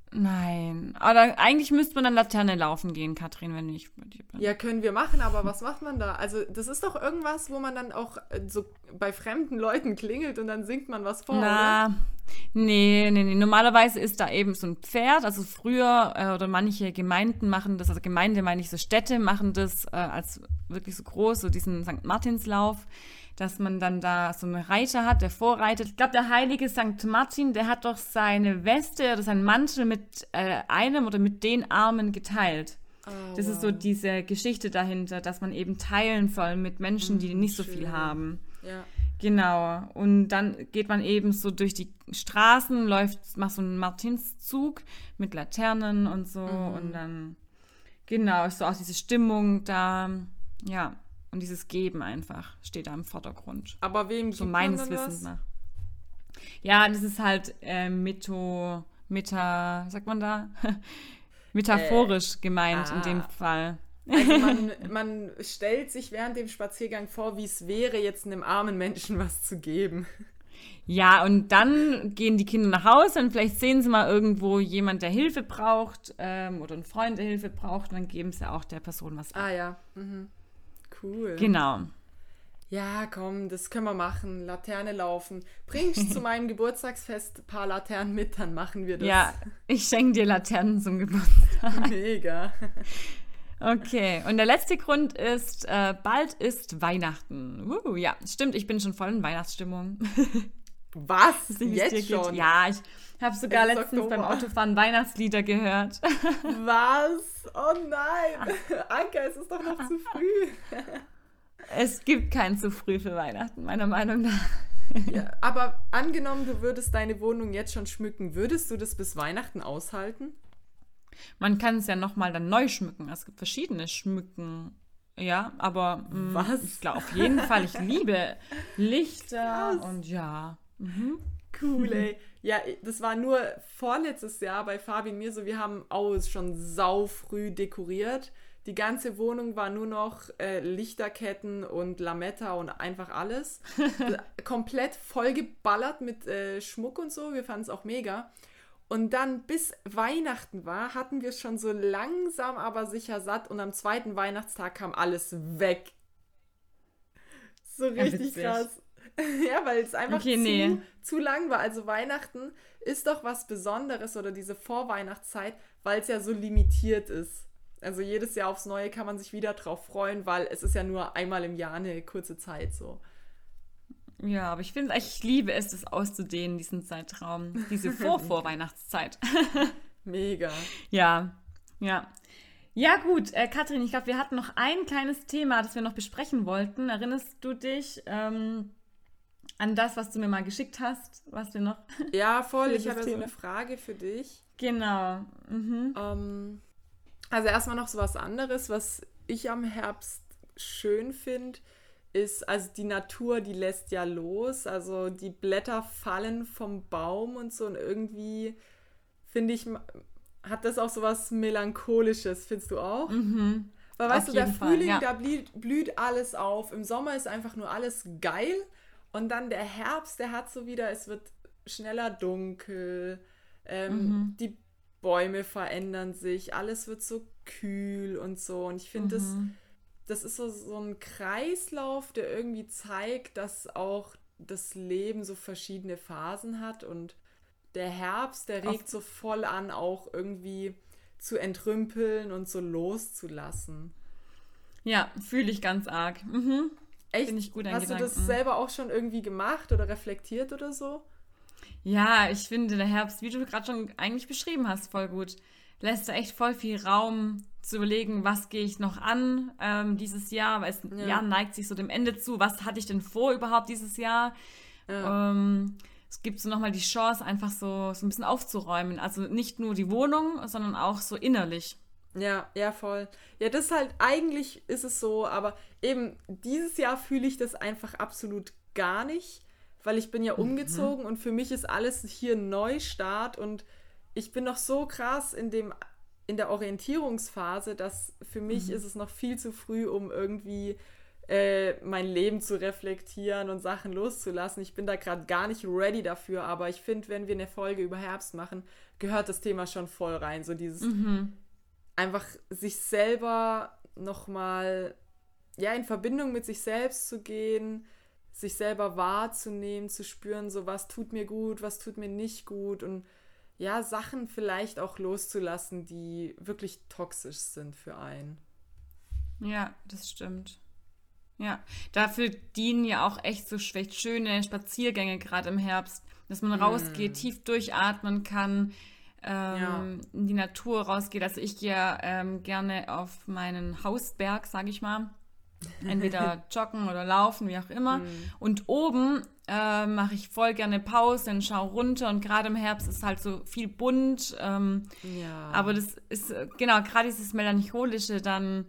Nein, aber eigentlich müsste man dann Laterne laufen gehen, Katrin, wenn ich bei dir bin. Ja, können wir machen, aber was macht man da? Also, das ist doch irgendwas, wo man dann auch äh, so bei fremden Leuten klingelt und dann singt man was vor, oder? Na, nee, nee, nee. Normalerweise ist da eben so ein Pferd. Also früher äh, oder manche Gemeinden machen das, also Gemeinde meine ich so Städte machen das äh, als wirklich so groß, so diesen Sankt Martinslauf, dass man dann da so einen Reiter hat, der vorreitet. Ich glaube, der heilige Sankt Martin, der hat doch seine Weste oder seinen Mantel mit äh, einem oder mit den Armen geteilt. Oh, Das ist so wow. diese Geschichte dahinter, dass man eben teilen soll mit Menschen, die Mm, nicht so schön. viel haben. Ja. Genau. Und dann geht man eben so durch die Straßen, läuft, macht so einen Martinszug mit Laternen und so. Mhm. Und dann, genau, ist so auch diese Stimmung da. Ja. Und dieses Geben einfach steht da im Vordergrund. Aber wem So gibt meines man dann Wissens was? nach. Ja, das ist halt äh, Mito, Meta, wie sagt man da? Metaphorisch gemeint in dem ah. Fall. Also man, man stellt sich während dem Spaziergang vor, wie es wäre, jetzt einem armen Menschen was zu geben. Ja, und dann gehen die Kinder nach Hause und vielleicht sehen sie mal irgendwo jemand, der Hilfe braucht ähm, oder einen Freund, der Hilfe braucht und dann geben sie auch der Person was ab. Ah ja, mhm. Cool. Genau. Ja, komm, das können wir machen. Laterne laufen. Bringst zu meinem Geburtstagsfest ein paar Laternen mit, dann machen wir das. Ja, ich schenke dir Laternen zum Geburtstag. Mega. Okay, und der letzte Grund ist, äh, bald ist Weihnachten. Uh, ja, stimmt, ich bin schon voll in Weihnachtsstimmung. Was? Weiß nicht, wie es dir Jetzt geht. schon? Ja, ich habe sogar Es ist letztens beim Oktober. Autofahren Weihnachtslieder gehört. Was? Oh nein. Anke, es ist doch noch zu früh. Es gibt kein zu früh für Weihnachten, meiner Meinung nach. Ja, aber angenommen, du würdest deine Wohnung jetzt schon schmücken, würdest du das bis Weihnachten aushalten? Man kann es ja nochmal dann neu schmücken. Es gibt verschiedene Schmücken. Ja, aber mh, Was? ich glaube auf jeden Fall, ich liebe Lichter Krass. und ja. Mhm. Cool, ey. Ja, das war nur vorletztes Jahr bei Fabi und mir so, wir haben auch schon sau früh dekoriert. Die ganze Wohnung war nur noch äh, Lichterketten und Lametta und einfach alles. Komplett vollgeballert mit äh, Schmuck und so. Wir fanden es auch mega. Und dann bis Weihnachten war, hatten wir es schon so langsam aber sicher satt und am zweiten Weihnachtstag kam alles weg. So richtig witzig. krass. Ja, weil es einfach Okay, zu, nee. zu lang war. Also Weihnachten ist doch was Besonderes oder diese Vorweihnachtszeit, weil es ja so limitiert ist. Also jedes Jahr aufs Neue kann man sich wieder drauf freuen, weil es ist ja nur einmal im Jahr eine kurze Zeit so. Ja, aber ich finde, ich liebe es, das auszudehnen, diesen Zeitraum, diese Vor-Vorweihnachtszeit. Mega. Ja, ja. Ja, gut, äh, Katrin, ich glaube, wir hatten noch ein kleines Thema, das wir noch besprechen wollten. Erinnerst du dich ähm, an das, was du mir mal geschickt hast, was wir noch Ja, voll. für Ich das habe ja so Thema? eine Frage für dich. Genau. Mhm. Ähm, also erstmal noch so was anderes, was ich am Herbst schön finde, ist, also die Natur, die lässt ja los. Also die Blätter fallen vom Baum und so und irgendwie finde ich, hat das auch so was Melancholisches, findest du auch? Mhm. Weil Auf weißt du, der jeden Fall, Frühling, ja. da blüht, blüht alles auf. Im Sommer ist einfach nur alles geil. Und dann der Herbst, der hat so wieder, es wird schneller dunkel. Ähm, Mhm. die Bäume verändern sich. Alles wird so kühl und so. Und ich finde, das, Mhm. das ist so, so ein Kreislauf, der irgendwie zeigt, dass auch das Leben so verschiedene Phasen hat. Und der Herbst, der Auf, regt so voll an, auch irgendwie zu entrümpeln und so loszulassen. ja, fühle ich ganz arg. Mhm. Finde Echt? ich gut, ein Hast du das Gedanken. selber auch schon irgendwie gemacht oder reflektiert oder so? Ja, ich finde, der Herbst, wie du gerade schon eigentlich beschrieben hast, voll gut. Lässt da echt voll viel Raum zu überlegen, was gehe ich noch an ähm, dieses Jahr, weil es Ja, Jahr neigt sich so dem Ende zu. Was hatte ich denn vor überhaupt dieses Jahr? ja, Ähm, es gibt so nochmal die Chance, einfach so, so ein bisschen aufzuräumen. Also nicht nur die Wohnung, sondern auch so innerlich. ja, ja, voll. Ja, das ist halt, eigentlich ist es so, aber eben dieses Jahr fühle ich das einfach absolut gar nicht, weil ich bin ja Mhm. umgezogen und für mich ist alles hier ein Neustart und ich bin noch so krass in dem, in der Orientierungsphase, dass für mich Mhm. ist es noch viel zu früh, um irgendwie äh, mein Leben zu reflektieren und Sachen loszulassen. Ich bin da gerade gar nicht ready dafür, aber ich finde, wenn wir eine Folge über Herbst machen, gehört das Thema schon voll rein. So dieses Mhm. einfach sich selber nochmal, ja, in Verbindung mit sich selbst zu gehen, sich selber wahrzunehmen, zu spüren, so was tut mir gut, was tut mir nicht gut und ja, Sachen vielleicht auch loszulassen, die wirklich toxisch sind für einen. Ja, das stimmt. Ja, dafür dienen ja auch echt so schw- schöne Spaziergänge gerade im Herbst, dass man rausgeht, Mm, tief durchatmen kann, ja. ähm, in die Natur rausgeht. Also ich gehe ja, ähm, gerne auf meinen Hausberg, sage ich mal, entweder joggen oder laufen, wie auch immer. Mm, Und oben äh, mache ich voll gerne Pause und schaue runter. Und gerade im Herbst ist halt so viel bunt. Ähm, aber ja. das ist, äh, genau, gerade dieses Melancholische, dann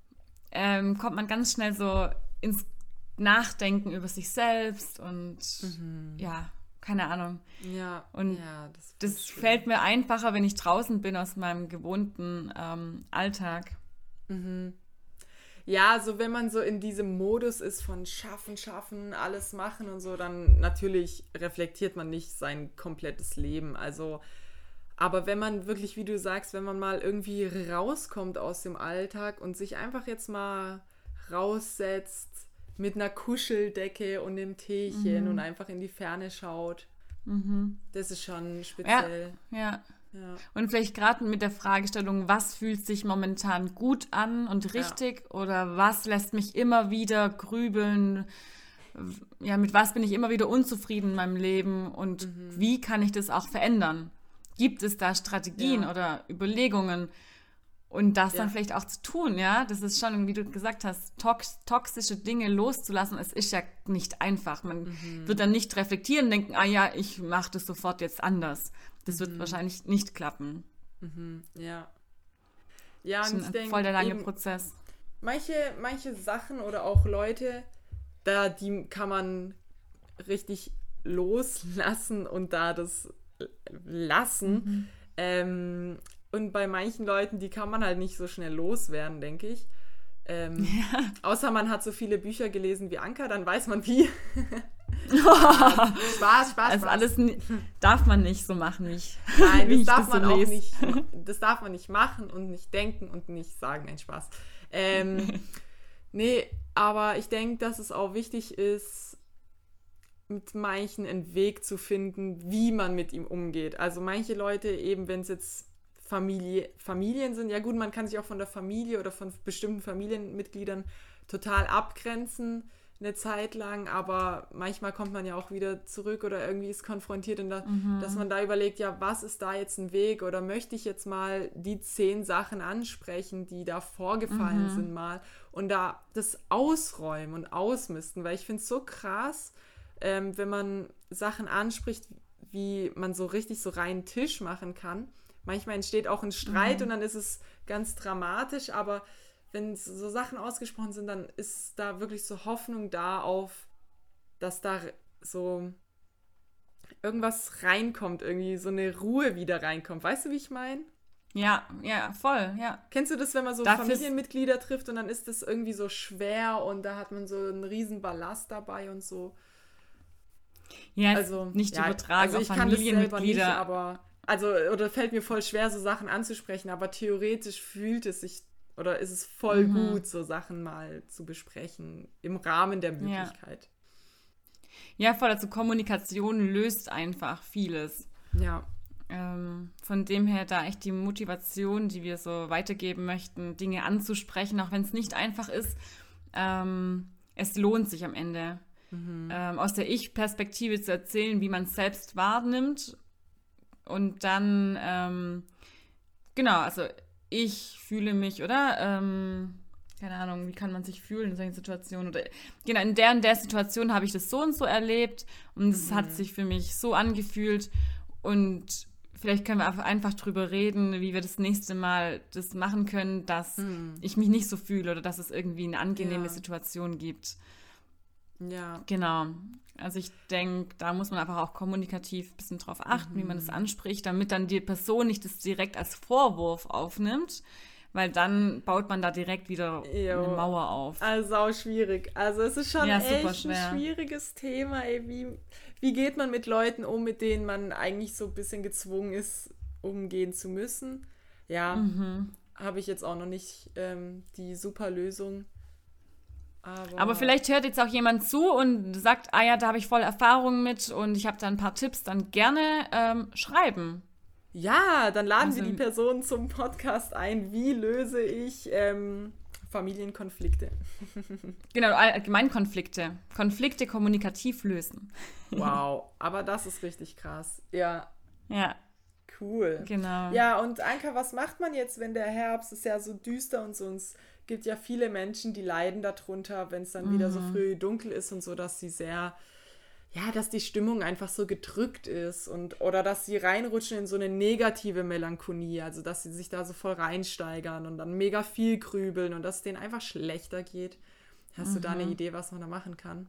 ähm, kommt man ganz schnell so ins Nachdenken über sich selbst und Mhm. ja, keine Ahnung. Ja, Und ja, das ist voll das schön. fällt mir einfacher, wenn ich draußen bin aus meinem gewohnten ähm, Alltag. Mhm. Ja, so wenn man so in diesem Modus ist von schaffen, schaffen, alles machen und so, dann natürlich reflektiert man nicht sein komplettes Leben. Also, aber wenn man wirklich, wie du sagst, wenn man mal irgendwie rauskommt aus dem Alltag und sich einfach jetzt mal raussetzt mit einer Kuscheldecke und einem Teechen und Mhm. einfach in die Ferne schaut, Mhm. das ist schon Ja, speziell. ja. Ja, Und vielleicht gerade mit der Fragestellung, was fühlt sich momentan gut an und ja. richtig oder was lässt mich immer wieder grübeln, ja, mit was bin ich immer wieder unzufrieden in meinem Leben und Mhm. wie kann ich das auch verändern? Gibt es da Strategien Ja, oder Überlegungen und das dann ja. vielleicht auch zu tun, ja? Das ist schon, wie du gesagt hast, tox toxische Dinge loszulassen. Es ist ja nicht einfach. Man wird Mhm. dann nicht reflektieren, denken, ah ja, ich mache das sofort jetzt anders. Das wird Mhm. wahrscheinlich nicht klappen. Mhm. Ja. Ja, Das und ist ich ein voll denke der lange eben, Prozess. manche, manche Sachen oder auch Leute, da die kann man richtig loslassen und da das lassen. Mhm. Ähm, und bei manchen Leuten, die kann man halt nicht so schnell loswerden, denke ich. Ähm, außer man hat so viele Bücher gelesen wie Anka, dann weiß man wie. Spaß, Spaß, Spaß, Also Spaß. alles ni- darf man nicht so machen, wie ich, Nein, wie das ich darf das so man auch lese. nicht, das darf man nicht machen und nicht denken und nicht sagen, ein Spaß. Ähm, nee, aber ich denke, dass es auch wichtig ist, mit manchen einen Weg zu finden, wie man mit ihm umgeht. Also manche Leute eben, wenn es jetzt Familie, Familien sind, ja gut, man kann sich auch von der Familie oder von bestimmten Familienmitgliedern total abgrenzen eine Zeit lang, aber manchmal kommt man ja auch wieder zurück oder irgendwie ist konfrontiert und da, mhm. dass man da überlegt, ja, was ist da jetzt ein Weg oder möchte ich jetzt mal die zehn Sachen ansprechen, die da vorgefallen mhm. sind mal und da das ausräumen und ausmisten, weil ich finde es so krass, ähm, wenn man Sachen anspricht, wie man so richtig so reinen Tisch machen kann. Manchmal entsteht auch ein Streit mhm. und dann ist es ganz dramatisch, aber wenn so Sachen ausgesprochen sind, dann ist da wirklich so Hoffnung da auf, dass da so irgendwas reinkommt, irgendwie so eine Ruhe wieder reinkommt. Weißt du, wie ich meine? Ja, ja, voll, ja. Kennst du das, wenn man so Dafür Familienmitglieder trifft und dann ist das irgendwie so schwer und da hat man so einen riesen Ballast dabei und so? Ja, also nicht ja, übertragen also ich auf kann das selber nicht, Familienmitglieder. aber also oder fällt mir voll schwer, so Sachen anzusprechen, aber theoretisch fühlt es sich oder ist es voll mhm. gut, so Sachen mal zu besprechen, im Rahmen der Möglichkeit. Ja, ja voll, also Kommunikation löst einfach vieles. Ja. Ähm, von dem her da echt die Motivation, die wir so weitergeben möchten, Dinge anzusprechen, auch wenn es nicht einfach ist. Ähm, es lohnt sich am Ende. Mhm. Ähm, aus der Ich-Perspektive zu erzählen, wie man es selbst wahrnimmt. Und dann, ähm, genau, also ich fühle mich, oder? Ähm, keine Ahnung, wie kann man sich fühlen in solchen Situationen? Oder, genau, in der und der Situation habe ich das so und so erlebt und es mhm. hat sich für mich so angefühlt und vielleicht können wir einfach drüber reden, wie wir das nächste Mal das machen können, dass mhm. ich mich nicht so fühle oder dass es irgendwie eine angenehme ja. Situation gibt. Ja. Genau. Also ich denke, da muss man einfach auch kommunikativ ein bisschen drauf achten, mhm. wie man das anspricht, damit dann die Person nicht das direkt als Vorwurf aufnimmt, weil dann baut man da direkt wieder jo. eine Mauer auf. Also auch schwierig. Also es ist schon ja, echt schwer. ein schwieriges Thema. Ey. Wie, wie geht man mit Leuten um, mit denen man eigentlich so ein bisschen gezwungen ist, umgehen zu müssen? Ja, mhm. habe ich jetzt auch noch nicht ähm, die super Lösung. Aber, Aber vielleicht hört jetzt auch jemand zu und sagt, ah ja, da habe ich voll Erfahrung mit und ich habe da ein paar Tipps, dann gerne ähm, schreiben. Ja, dann laden also, wir die Person zum Podcast ein. Wie löse ich ähm, Familienkonflikte? Genau, Allgemeinkonflikte. Konflikte kommunikativ lösen. Wow, aber das ist richtig krass. Ja. Ja. Cool. Genau. Ja, und Anka, was macht man jetzt, wenn der Herbst ist ja so düster und so, und es gibt ja viele Menschen, die leiden darunter, wenn es dann mhm. wieder so früh dunkel ist und so, dass sie sehr, ja, dass die Stimmung einfach so gedrückt ist und oder dass sie reinrutschen in so eine negative Melancholie, also dass sie sich da so voll reinsteigern und dann mega viel grübeln und dass es denen einfach schlechter geht. Hast mhm. du da eine Idee, was man da machen kann?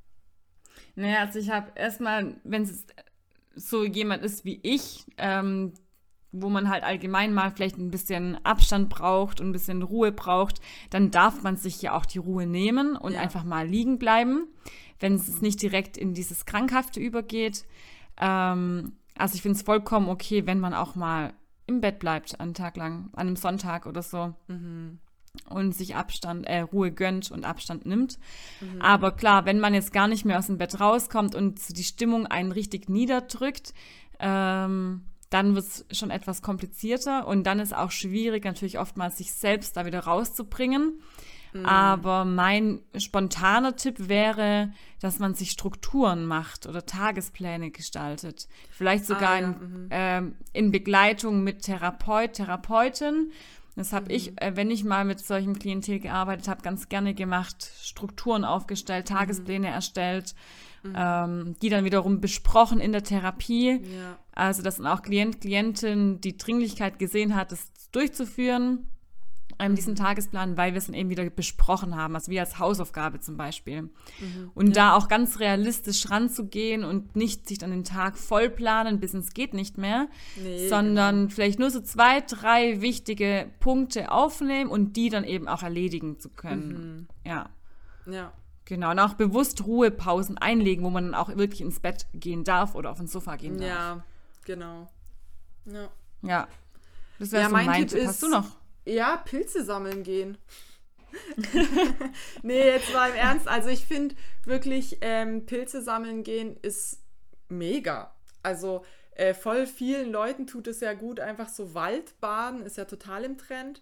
Naja, also ich habe erstmal, wenn es so jemand ist wie ich, ähm, wo man halt allgemein mal vielleicht ein bisschen Abstand braucht und ein bisschen Ruhe braucht, dann darf man sich ja auch die Ruhe nehmen und ja. einfach mal liegen bleiben, wenn es nicht direkt in dieses Krankhafte übergeht. Ähm, also ich finde es vollkommen okay, wenn man auch mal im Bett bleibt, einen Tag lang, an einem Sonntag oder so. Mhm. Und sich Abstand, äh, Ruhe gönnt und Abstand nimmt. Mhm. Aber klar, wenn man jetzt gar nicht mehr aus dem Bett rauskommt und die Stimmung einen richtig niederdrückt, ähm, dann wird es schon etwas komplizierter und dann ist auch schwierig, natürlich oftmals sich selbst da wieder rauszubringen. Mhm. Aber mein spontaner Tipp wäre, dass man sich Strukturen macht oder Tagespläne gestaltet. Vielleicht sogar ah, ja. in, mhm. ähm, in Begleitung mit Therapeut, Therapeutin. Das habe mhm. ich, äh, wenn ich mal mit solchem Klientel gearbeitet habe, ganz gerne gemacht. Strukturen aufgestellt, Tagespläne mhm. erstellt, mhm. ähm, die dann wiederum besprochen in der Therapie. Ja. Also, dass dann auch Klient, Klientin die Dringlichkeit gesehen hat, das durchzuführen, ähm, mhm. diesen Tagesplan, weil wir es dann eben wieder besprochen haben, also wie als Hausaufgabe zum Beispiel. Mhm. Und ja. da auch ganz realistisch ranzugehen und nicht sich dann den Tag voll planen, bis es geht nicht mehr, nee, sondern genau. vielleicht nur so zwei, drei wichtige Punkte aufnehmen und die dann eben auch erledigen zu können. Mhm. Ja. Ja. Genau, und auch bewusst Ruhepausen einlegen, wo man dann auch wirklich ins Bett gehen darf oder auf den Sofa gehen darf. Ja, genau. Ja. Ja. Das wäre ja, so mein mein Tipp. Tipp. Hast du noch? Ja, Pilze sammeln gehen. Nee, jetzt mal im Ernst. Also ich finde wirklich, ähm, Pilze sammeln gehen ist mega. Also äh, voll vielen Leuten tut es ja gut, einfach so Waldbaden ist ja total im Trend.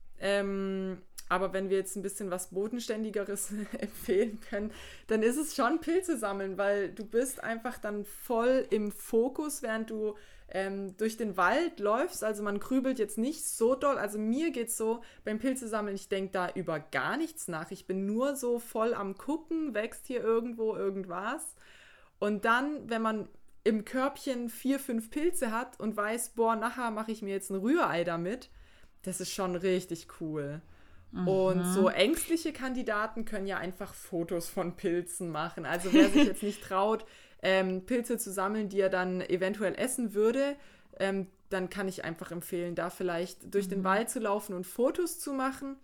Ähm, aber wenn wir jetzt ein bisschen was Bodenständigeres empfehlen können, dann ist es schon Pilze sammeln, weil du bist einfach dann voll im Fokus, während du ähm, durch den Wald läufst. Also man grübelt jetzt nicht so doll. Also mir geht's so beim Pilze sammeln, ich denke da über gar nichts nach. Ich bin nur so voll am Gucken, wächst hier irgendwo irgendwas. Und dann, wenn man im Körbchen vier, fünf Pilze hat und weiß, boah, nachher mache ich mir jetzt ein Rührei damit, das ist schon richtig cool. Mhm. Und so ängstliche Kandidaten können ja einfach Fotos von Pilzen machen. Also wer sich jetzt nicht traut, ähm, Pilze zu sammeln, die er dann eventuell essen würde, ähm, dann kann ich einfach empfehlen, da vielleicht durch mhm. den Wald zu laufen und Fotos zu machen.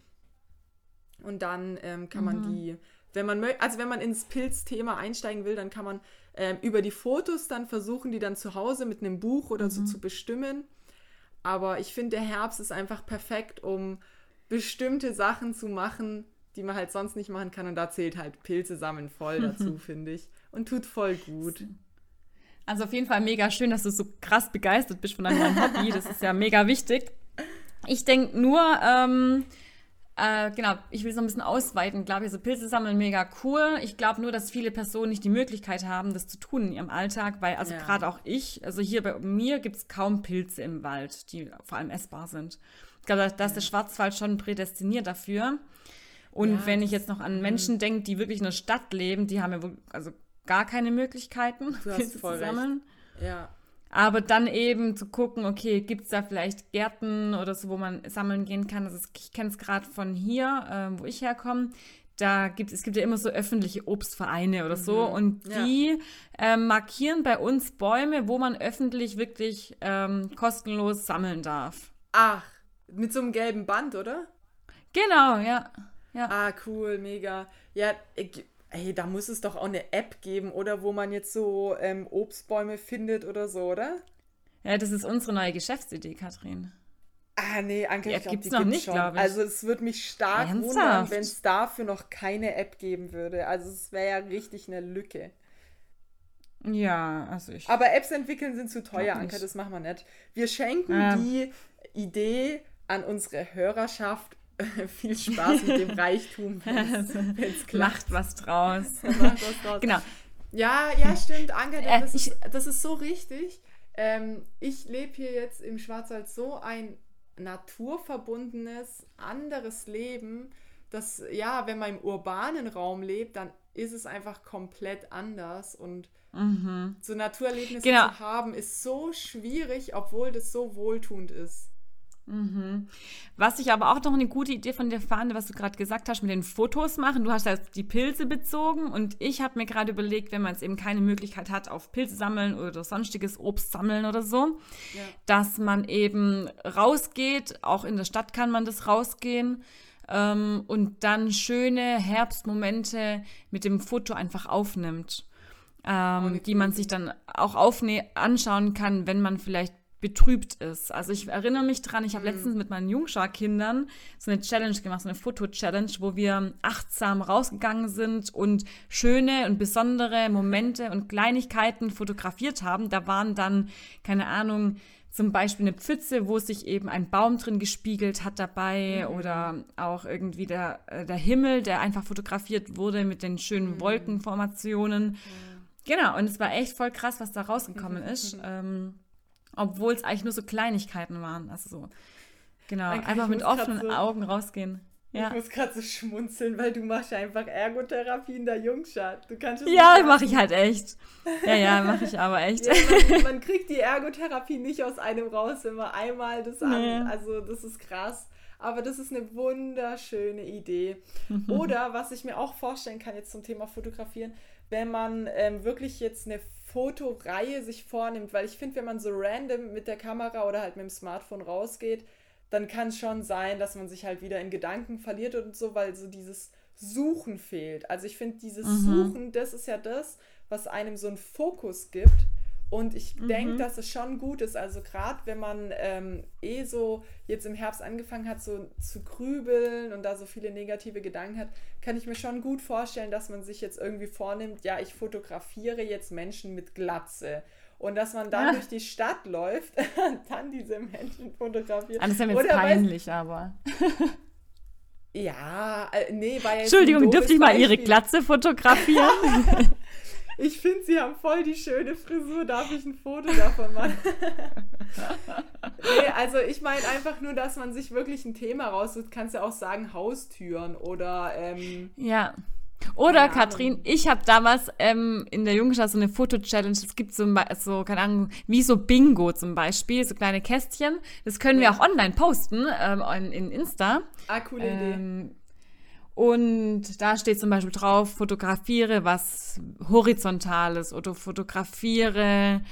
Und dann ähm, kann man mhm. die, wenn man mö- also wenn man ins Pilzthema einsteigen will, dann kann man ähm, über die Fotos dann versuchen, die dann zu Hause mit einem Buch oder mhm. so zu bestimmen. Aber ich finde, der Herbst ist einfach perfekt, um bestimmte Sachen zu machen, die man halt sonst nicht machen kann. Und da zählt halt Pilze sammeln voll dazu, finde ich. Und tut voll gut. Also auf jeden Fall mega schön, dass du so krass begeistert bist von deinem Hobby. Das ist ja mega wichtig. Ich denke nur, ähm, äh, genau, ich will es noch ein bisschen ausweiten. Ich glaube, so Pilze sammeln mega cool. Ich glaube nur, dass viele Personen nicht die Möglichkeit haben, das zu tun in ihrem Alltag, weil also ja. gerade auch ich, also hier bei mir gibt es kaum Pilze im Wald, die vor allem essbar sind. Ich glaube, da ist der Schwarzwald schon prädestiniert dafür. Und ja, wenn ich jetzt noch an Menschen denke, die wirklich in der Stadt leben, die haben ja wohl, also gar keine Möglichkeiten, Pilze zu sammeln. Recht. Ja. Aber dann eben zu gucken, okay, gibt es da vielleicht Gärten oder so, wo man sammeln gehen kann. Also ich kenne es gerade von hier, äh, wo ich herkomme. Da gibt es gibt ja immer so öffentliche Obstvereine oder so. Mhm. Und die ja. äh, markieren bei uns Bäume, wo man öffentlich wirklich ähm, kostenlos sammeln darf. Ach, mit so einem gelben Band, oder? Genau, ja. ja. Ah, cool, mega. Ja, ich, ey, da muss es doch auch eine App geben, oder? Wo man jetzt so ähm, Obstbäume findet oder so, oder? Ja, das ist unsere neue Geschäftsidee, Katrin. Ah, nee, Anke, die ich glaube, die noch gibt's nicht, schon. glaube ich. Also es würde mich stark Ernsthaft? wundern, wenn es dafür noch keine App geben würde. Also es wäre ja richtig eine Lücke. Ja, also ich... Aber Apps entwickeln sind zu teuer, Anke, das machen wir nicht. Wir schenken ähm. die Idee an unsere Hörerschaft. Viel Spaß mit dem Reichtum, wenn es klappt. Macht was draus. Macht was draus. Genau. Ja, ja, stimmt, Anke, das, äh, ist, das ist so richtig. Ähm, ich lebe hier jetzt im Schwarzwald so ein naturverbundenes, anderes Leben, dass, ja, wenn man im urbanen Raum lebt, dann ist es einfach komplett anders. Und mhm. so Naturerlebnisse genau. zu haben, ist so schwierig, obwohl das so wohltuend ist. Mhm. Was ich aber auch noch eine gute Idee von dir fand, was du gerade gesagt hast, mit den Fotos machen. Du hast ja die Pilze bezogen und ich habe mir gerade überlegt, wenn man jetzt eben keine Möglichkeit hat auf Pilze sammeln oder sonstiges Obst sammeln oder so, ja. dass man eben rausgeht, auch in der Stadt kann man das rausgehen ähm, und dann schöne Herbstmomente mit dem Foto einfach aufnimmt, ähm, die man sich dann auch aufne- anschauen kann, wenn man vielleicht betrübt ist. Also ich erinnere mich dran, ich habe mhm. letztens mit meinen Jungschar-Kindern so eine Challenge gemacht, so eine Foto-Challenge, wo wir achtsam rausgegangen sind und schöne und besondere Momente und Kleinigkeiten fotografiert haben. Da waren dann, keine Ahnung, zum Beispiel eine Pfütze, wo sich eben ein Baum drin gespiegelt hat dabei mhm. oder auch irgendwie der, der Himmel, der einfach fotografiert wurde mit den schönen mhm. Wolkenformationen. Mhm. Genau, und es war echt voll krass, was da rausgekommen mhm. ist. Ähm, Obwohl es eigentlich nur so Kleinigkeiten waren. Also so, genau, einfach mit offenen so, Augen rausgehen. Ja. Ich muss gerade so schmunzeln, weil du machst einfach Ergotherapie in der Jungschar. Du kannst es ja, mache ich halt echt. Ja, ja, mache ich aber echt. Ja, man, man kriegt die Ergotherapie nicht aus einem raus, wenn man einmal das nee. an. Also das ist krass. Aber das ist eine wunderschöne Idee. Oder, was ich mir auch vorstellen kann jetzt zum Thema Fotografieren, wenn man ähm, wirklich jetzt eine Fotoreihe sich vornimmt, weil ich finde, wenn man so random mit der Kamera oder halt mit dem Smartphone rausgeht, dann kann es schon sein, dass man sich halt wieder in Gedanken verliert und so, weil so dieses Suchen fehlt. Also ich finde, dieses mhm. Suchen, das ist ja das, was einem so einen Fokus gibt Und ich Mhm. denke, dass es schon gut ist, also gerade wenn man ähm, eh so jetzt im Herbst angefangen hat, so zu grübeln und da so viele negative Gedanken hat, kann ich mir schon gut vorstellen, dass man sich jetzt irgendwie vornimmt, ja, ich fotografiere jetzt Menschen mit Glatze. Und dass man dann Ja. durch die Stadt läuft und dann diese Menschen fotografiert. Ah, das ist ja mir jetzt Oder weiß- peinlich, aber. Ja, äh, nee, war jetzt Entschuldigung, ein dürfte ich doofes mal Ihre Beispiel. Glatze fotografieren? Ich finde, Sie haben voll die schöne Frisur. Darf ich ein Foto davon machen? Nee, also ich meine einfach nur, dass man sich wirklich ein Thema raussucht. Kannst ja auch sagen Haustüren oder ähm, Ja. Oder, Keine Katrin, Ahnung. ich habe damals ähm, in der Jugendstadt so eine Foto-Challenge. Es gibt so, so, keine Ahnung, wie so Bingo zum Beispiel, so kleine Kästchen. Das können Ja. wir auch online posten, ähm, in, in Insta. ah, coole Idee. Ähm, und da steht zum Beispiel drauf, fotografiere was Horizontales oder fotografiere,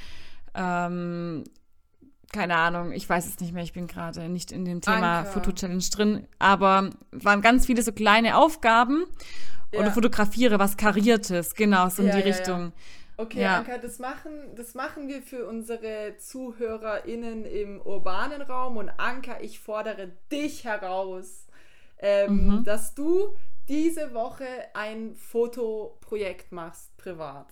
ähm, keine Ahnung, ich weiß es nicht mehr, ich bin gerade nicht in dem Thema Anker. Foto-Challenge drin, aber es waren ganz viele so kleine Aufgaben. Oder Ja. fotografiere was Kariertes, genau, so in Ja, die ja, ja. Richtung. Okay, Ja. Anka, das machen, das machen wir für unsere ZuhörerInnen im urbanen Raum. Und Anka, ich fordere dich heraus, ähm, Mhm. dass du diese Woche ein Fotoprojekt machst, privat.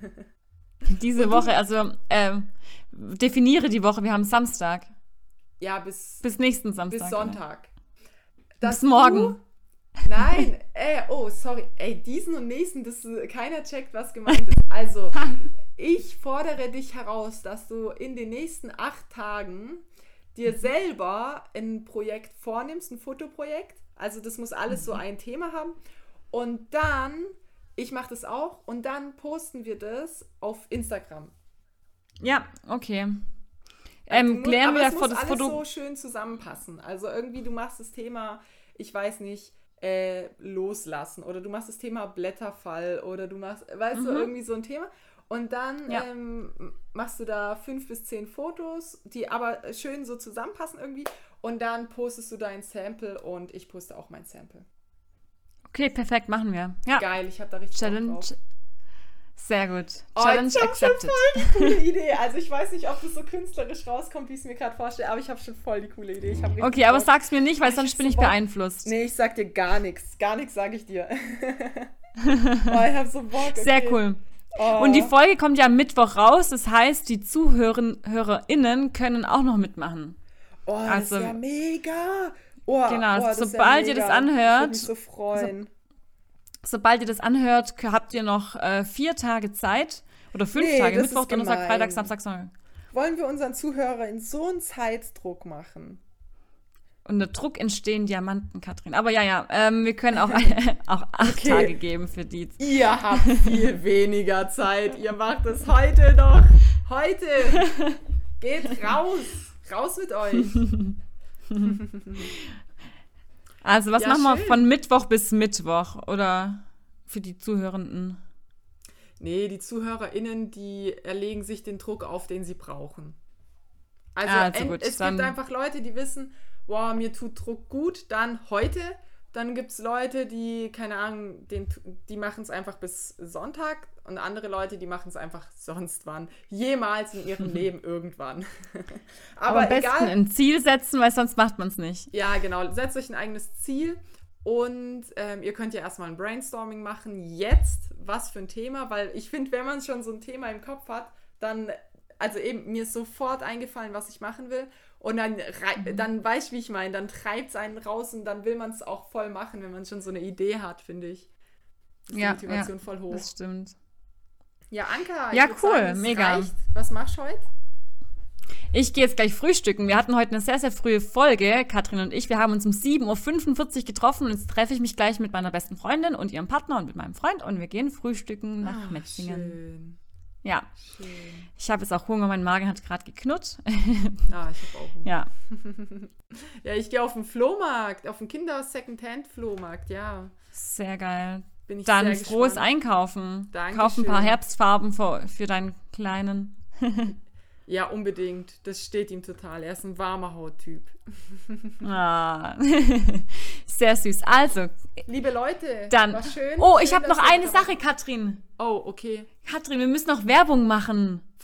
Diese Woche, also ähm, definiere die Woche, wir haben Samstag. Ja, bis, Bis nächsten Samstag. bis genau. Sonntag. Bis Dass morgen. Du, nein, ey, oh, sorry. Ey, diesen und nächsten, das, keiner checkt, was gemeint ist. Also, ich fordere dich heraus, dass du in den nächsten acht Tagen dir selber ein Projekt vornimmst, ein Fotoprojekt. Also das muss alles so ein Thema haben. Und dann, ich mache das auch, und dann posten wir das auf Instagram. Ja, okay. Du Ähm, musst- klären aber wir es vor muss das alles Foto. so schön zusammenpassen. Also irgendwie, du machst das Thema, ich weiß nicht, äh, loslassen. Oder du machst das Thema Blätterfall. Oder du machst, weißt du, Mhm. irgendwie so ein Thema. Und dann Ja. ähm, machst du da fünf bis zehn Fotos, die aber schön so zusammenpassen irgendwie. Und dann postest du dein Sample und ich poste auch mein Sample. Okay, perfekt, machen wir. Ja, Geil, ich habe da richtig Bock Challenge. drauf. Sehr gut. Oh, Challenge ich hab schon accepted. Coole Idee. Also ich weiß nicht, ob das so künstlerisch rauskommt, wie ich es mir gerade vorstelle, aber ich habe schon voll die coole Idee. Ich hab richtig Okay, aber Bock. sag's mir nicht, weil Ich sonst hab bin so ich Bock. beeinflusst. Nee, ich sag dir gar nichts. Gar nichts sage ich dir. Oh, ich hab so Bock. Okay. Sehr cool. Oh. Und die Folge kommt ja am Mittwoch raus, das heißt, die ZuhörerInnen können auch noch mitmachen. Oh, das also- ist ja mega. Oh, Genau, oh, das ist sobald ja ihr das mega. anhört- Ich würde mich so freuen. Sobald ihr das anhört, k- habt ihr noch äh, vier Tage Zeit. Oder fünf Nee, Tage. das Mittwoch, ist Donnerstag, gemein. Freitag, Samstag, Sonntag. Wollen wir unseren Zuhörern so einen Zeitdruck machen? Unter Druck entstehen Diamanten, Katrin. Aber ja, ja, ähm, wir können auch, auch acht Okay. Tage geben für die. Ihr habt viel weniger Zeit. Ihr macht es heute noch. Heute. Geht raus. Raus mit euch. Also, was Ja, machen wir schön. von Mittwoch bis Mittwoch? Oder für die Zuhörenden? Nee, die ZuhörerInnen, die erlegen sich den Druck auf, den sie brauchen. Also, Ah, also en- gut, es dann- gibt einfach Leute, die wissen, wow, mir tut Druck gut, dann heute. Dann gibt es Leute, die, keine Ahnung, den, die machen es einfach bis Sonntag und andere Leute, die machen es einfach sonst wann. Jemals in ihrem Leben irgendwann. Aber Aber am besten egal. ein Ziel setzen, weil sonst macht man es nicht. Ja, genau. Setzt euch ein eigenes Ziel und ähm, ihr könnt ja erstmal ein Brainstorming machen. Jetzt, was für ein Thema, weil ich finde, wenn man schon so ein Thema im Kopf hat, dann, also eben, mir ist sofort eingefallen, was ich machen will. Und dann, rei- dann weiß ich, wie ich meine, dann treibt es einen raus und dann will man es auch voll machen, wenn man schon so eine Idee hat, finde ich. Ist die Ja, Motivation ja, voll hoch. Das stimmt. Ja, Anka, Ja, ich würd cool, sagen, es mega. reicht. Was machst du heute? Ich gehe jetzt gleich frühstücken. Wir hatten heute eine sehr, sehr frühe Folge, Katrin und ich. Wir haben uns um sieben Uhr fünfundvierzig getroffen und jetzt treffe ich mich gleich mit meiner besten Freundin und ihrem Partner und mit meinem Freund und wir gehen frühstücken nach Ah, Metzingen. schön, Ja, schön. ich habe jetzt auch Hunger, mein Magen hat gerade geknurrt. Ah, ich habe auch Hunger. Ja, Ja, ich gehe auf den Flohmarkt, auf den Kinder-Secondhand-Flohmarkt, ja. sehr geil. Bin ich Dann sehr frohes gespannt. Einkaufen. Dankeschön. Kauf ein paar Herbstfarben für, für deinen Kleinen. Ja, unbedingt. Das steht ihm total. Er ist ein warmer Hauttyp. Ah. Sehr süß. Also, Liebe Leute, dann. war schön. Oh, schön, ich habe dass noch ihr eine drauf- Sache, Katrin. Oh, okay. Katrin, wir müssen noch Werbung machen. Was?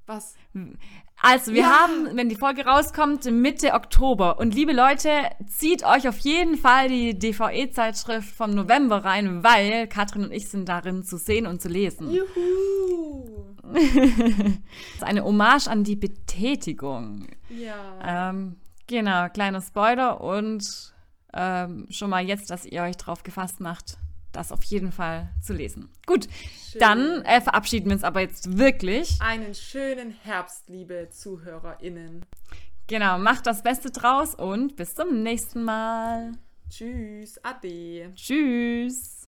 Was? Also, wir Ja. haben, wenn die Folge rauskommt, Mitte Oktober. Und liebe Leute, zieht euch auf jeden Fall die D V E-Zeitschrift vom November rein, weil Katrin und ich sind darin zu sehen und zu lesen. Juhu! Das ist eine Hommage an die Betätigung. Ja. Ähm, genau, kleiner Spoiler und ähm, schon mal jetzt, dass ihr euch drauf gefasst macht, das auf jeden Fall zu lesen. Gut, Schön. dann äh, verabschieden wir uns aber jetzt wirklich. Einen schönen Herbst, liebe ZuhörerInnen. Genau, macht das Beste draus und bis zum nächsten Mal. Tschüss, ade. Tschüss.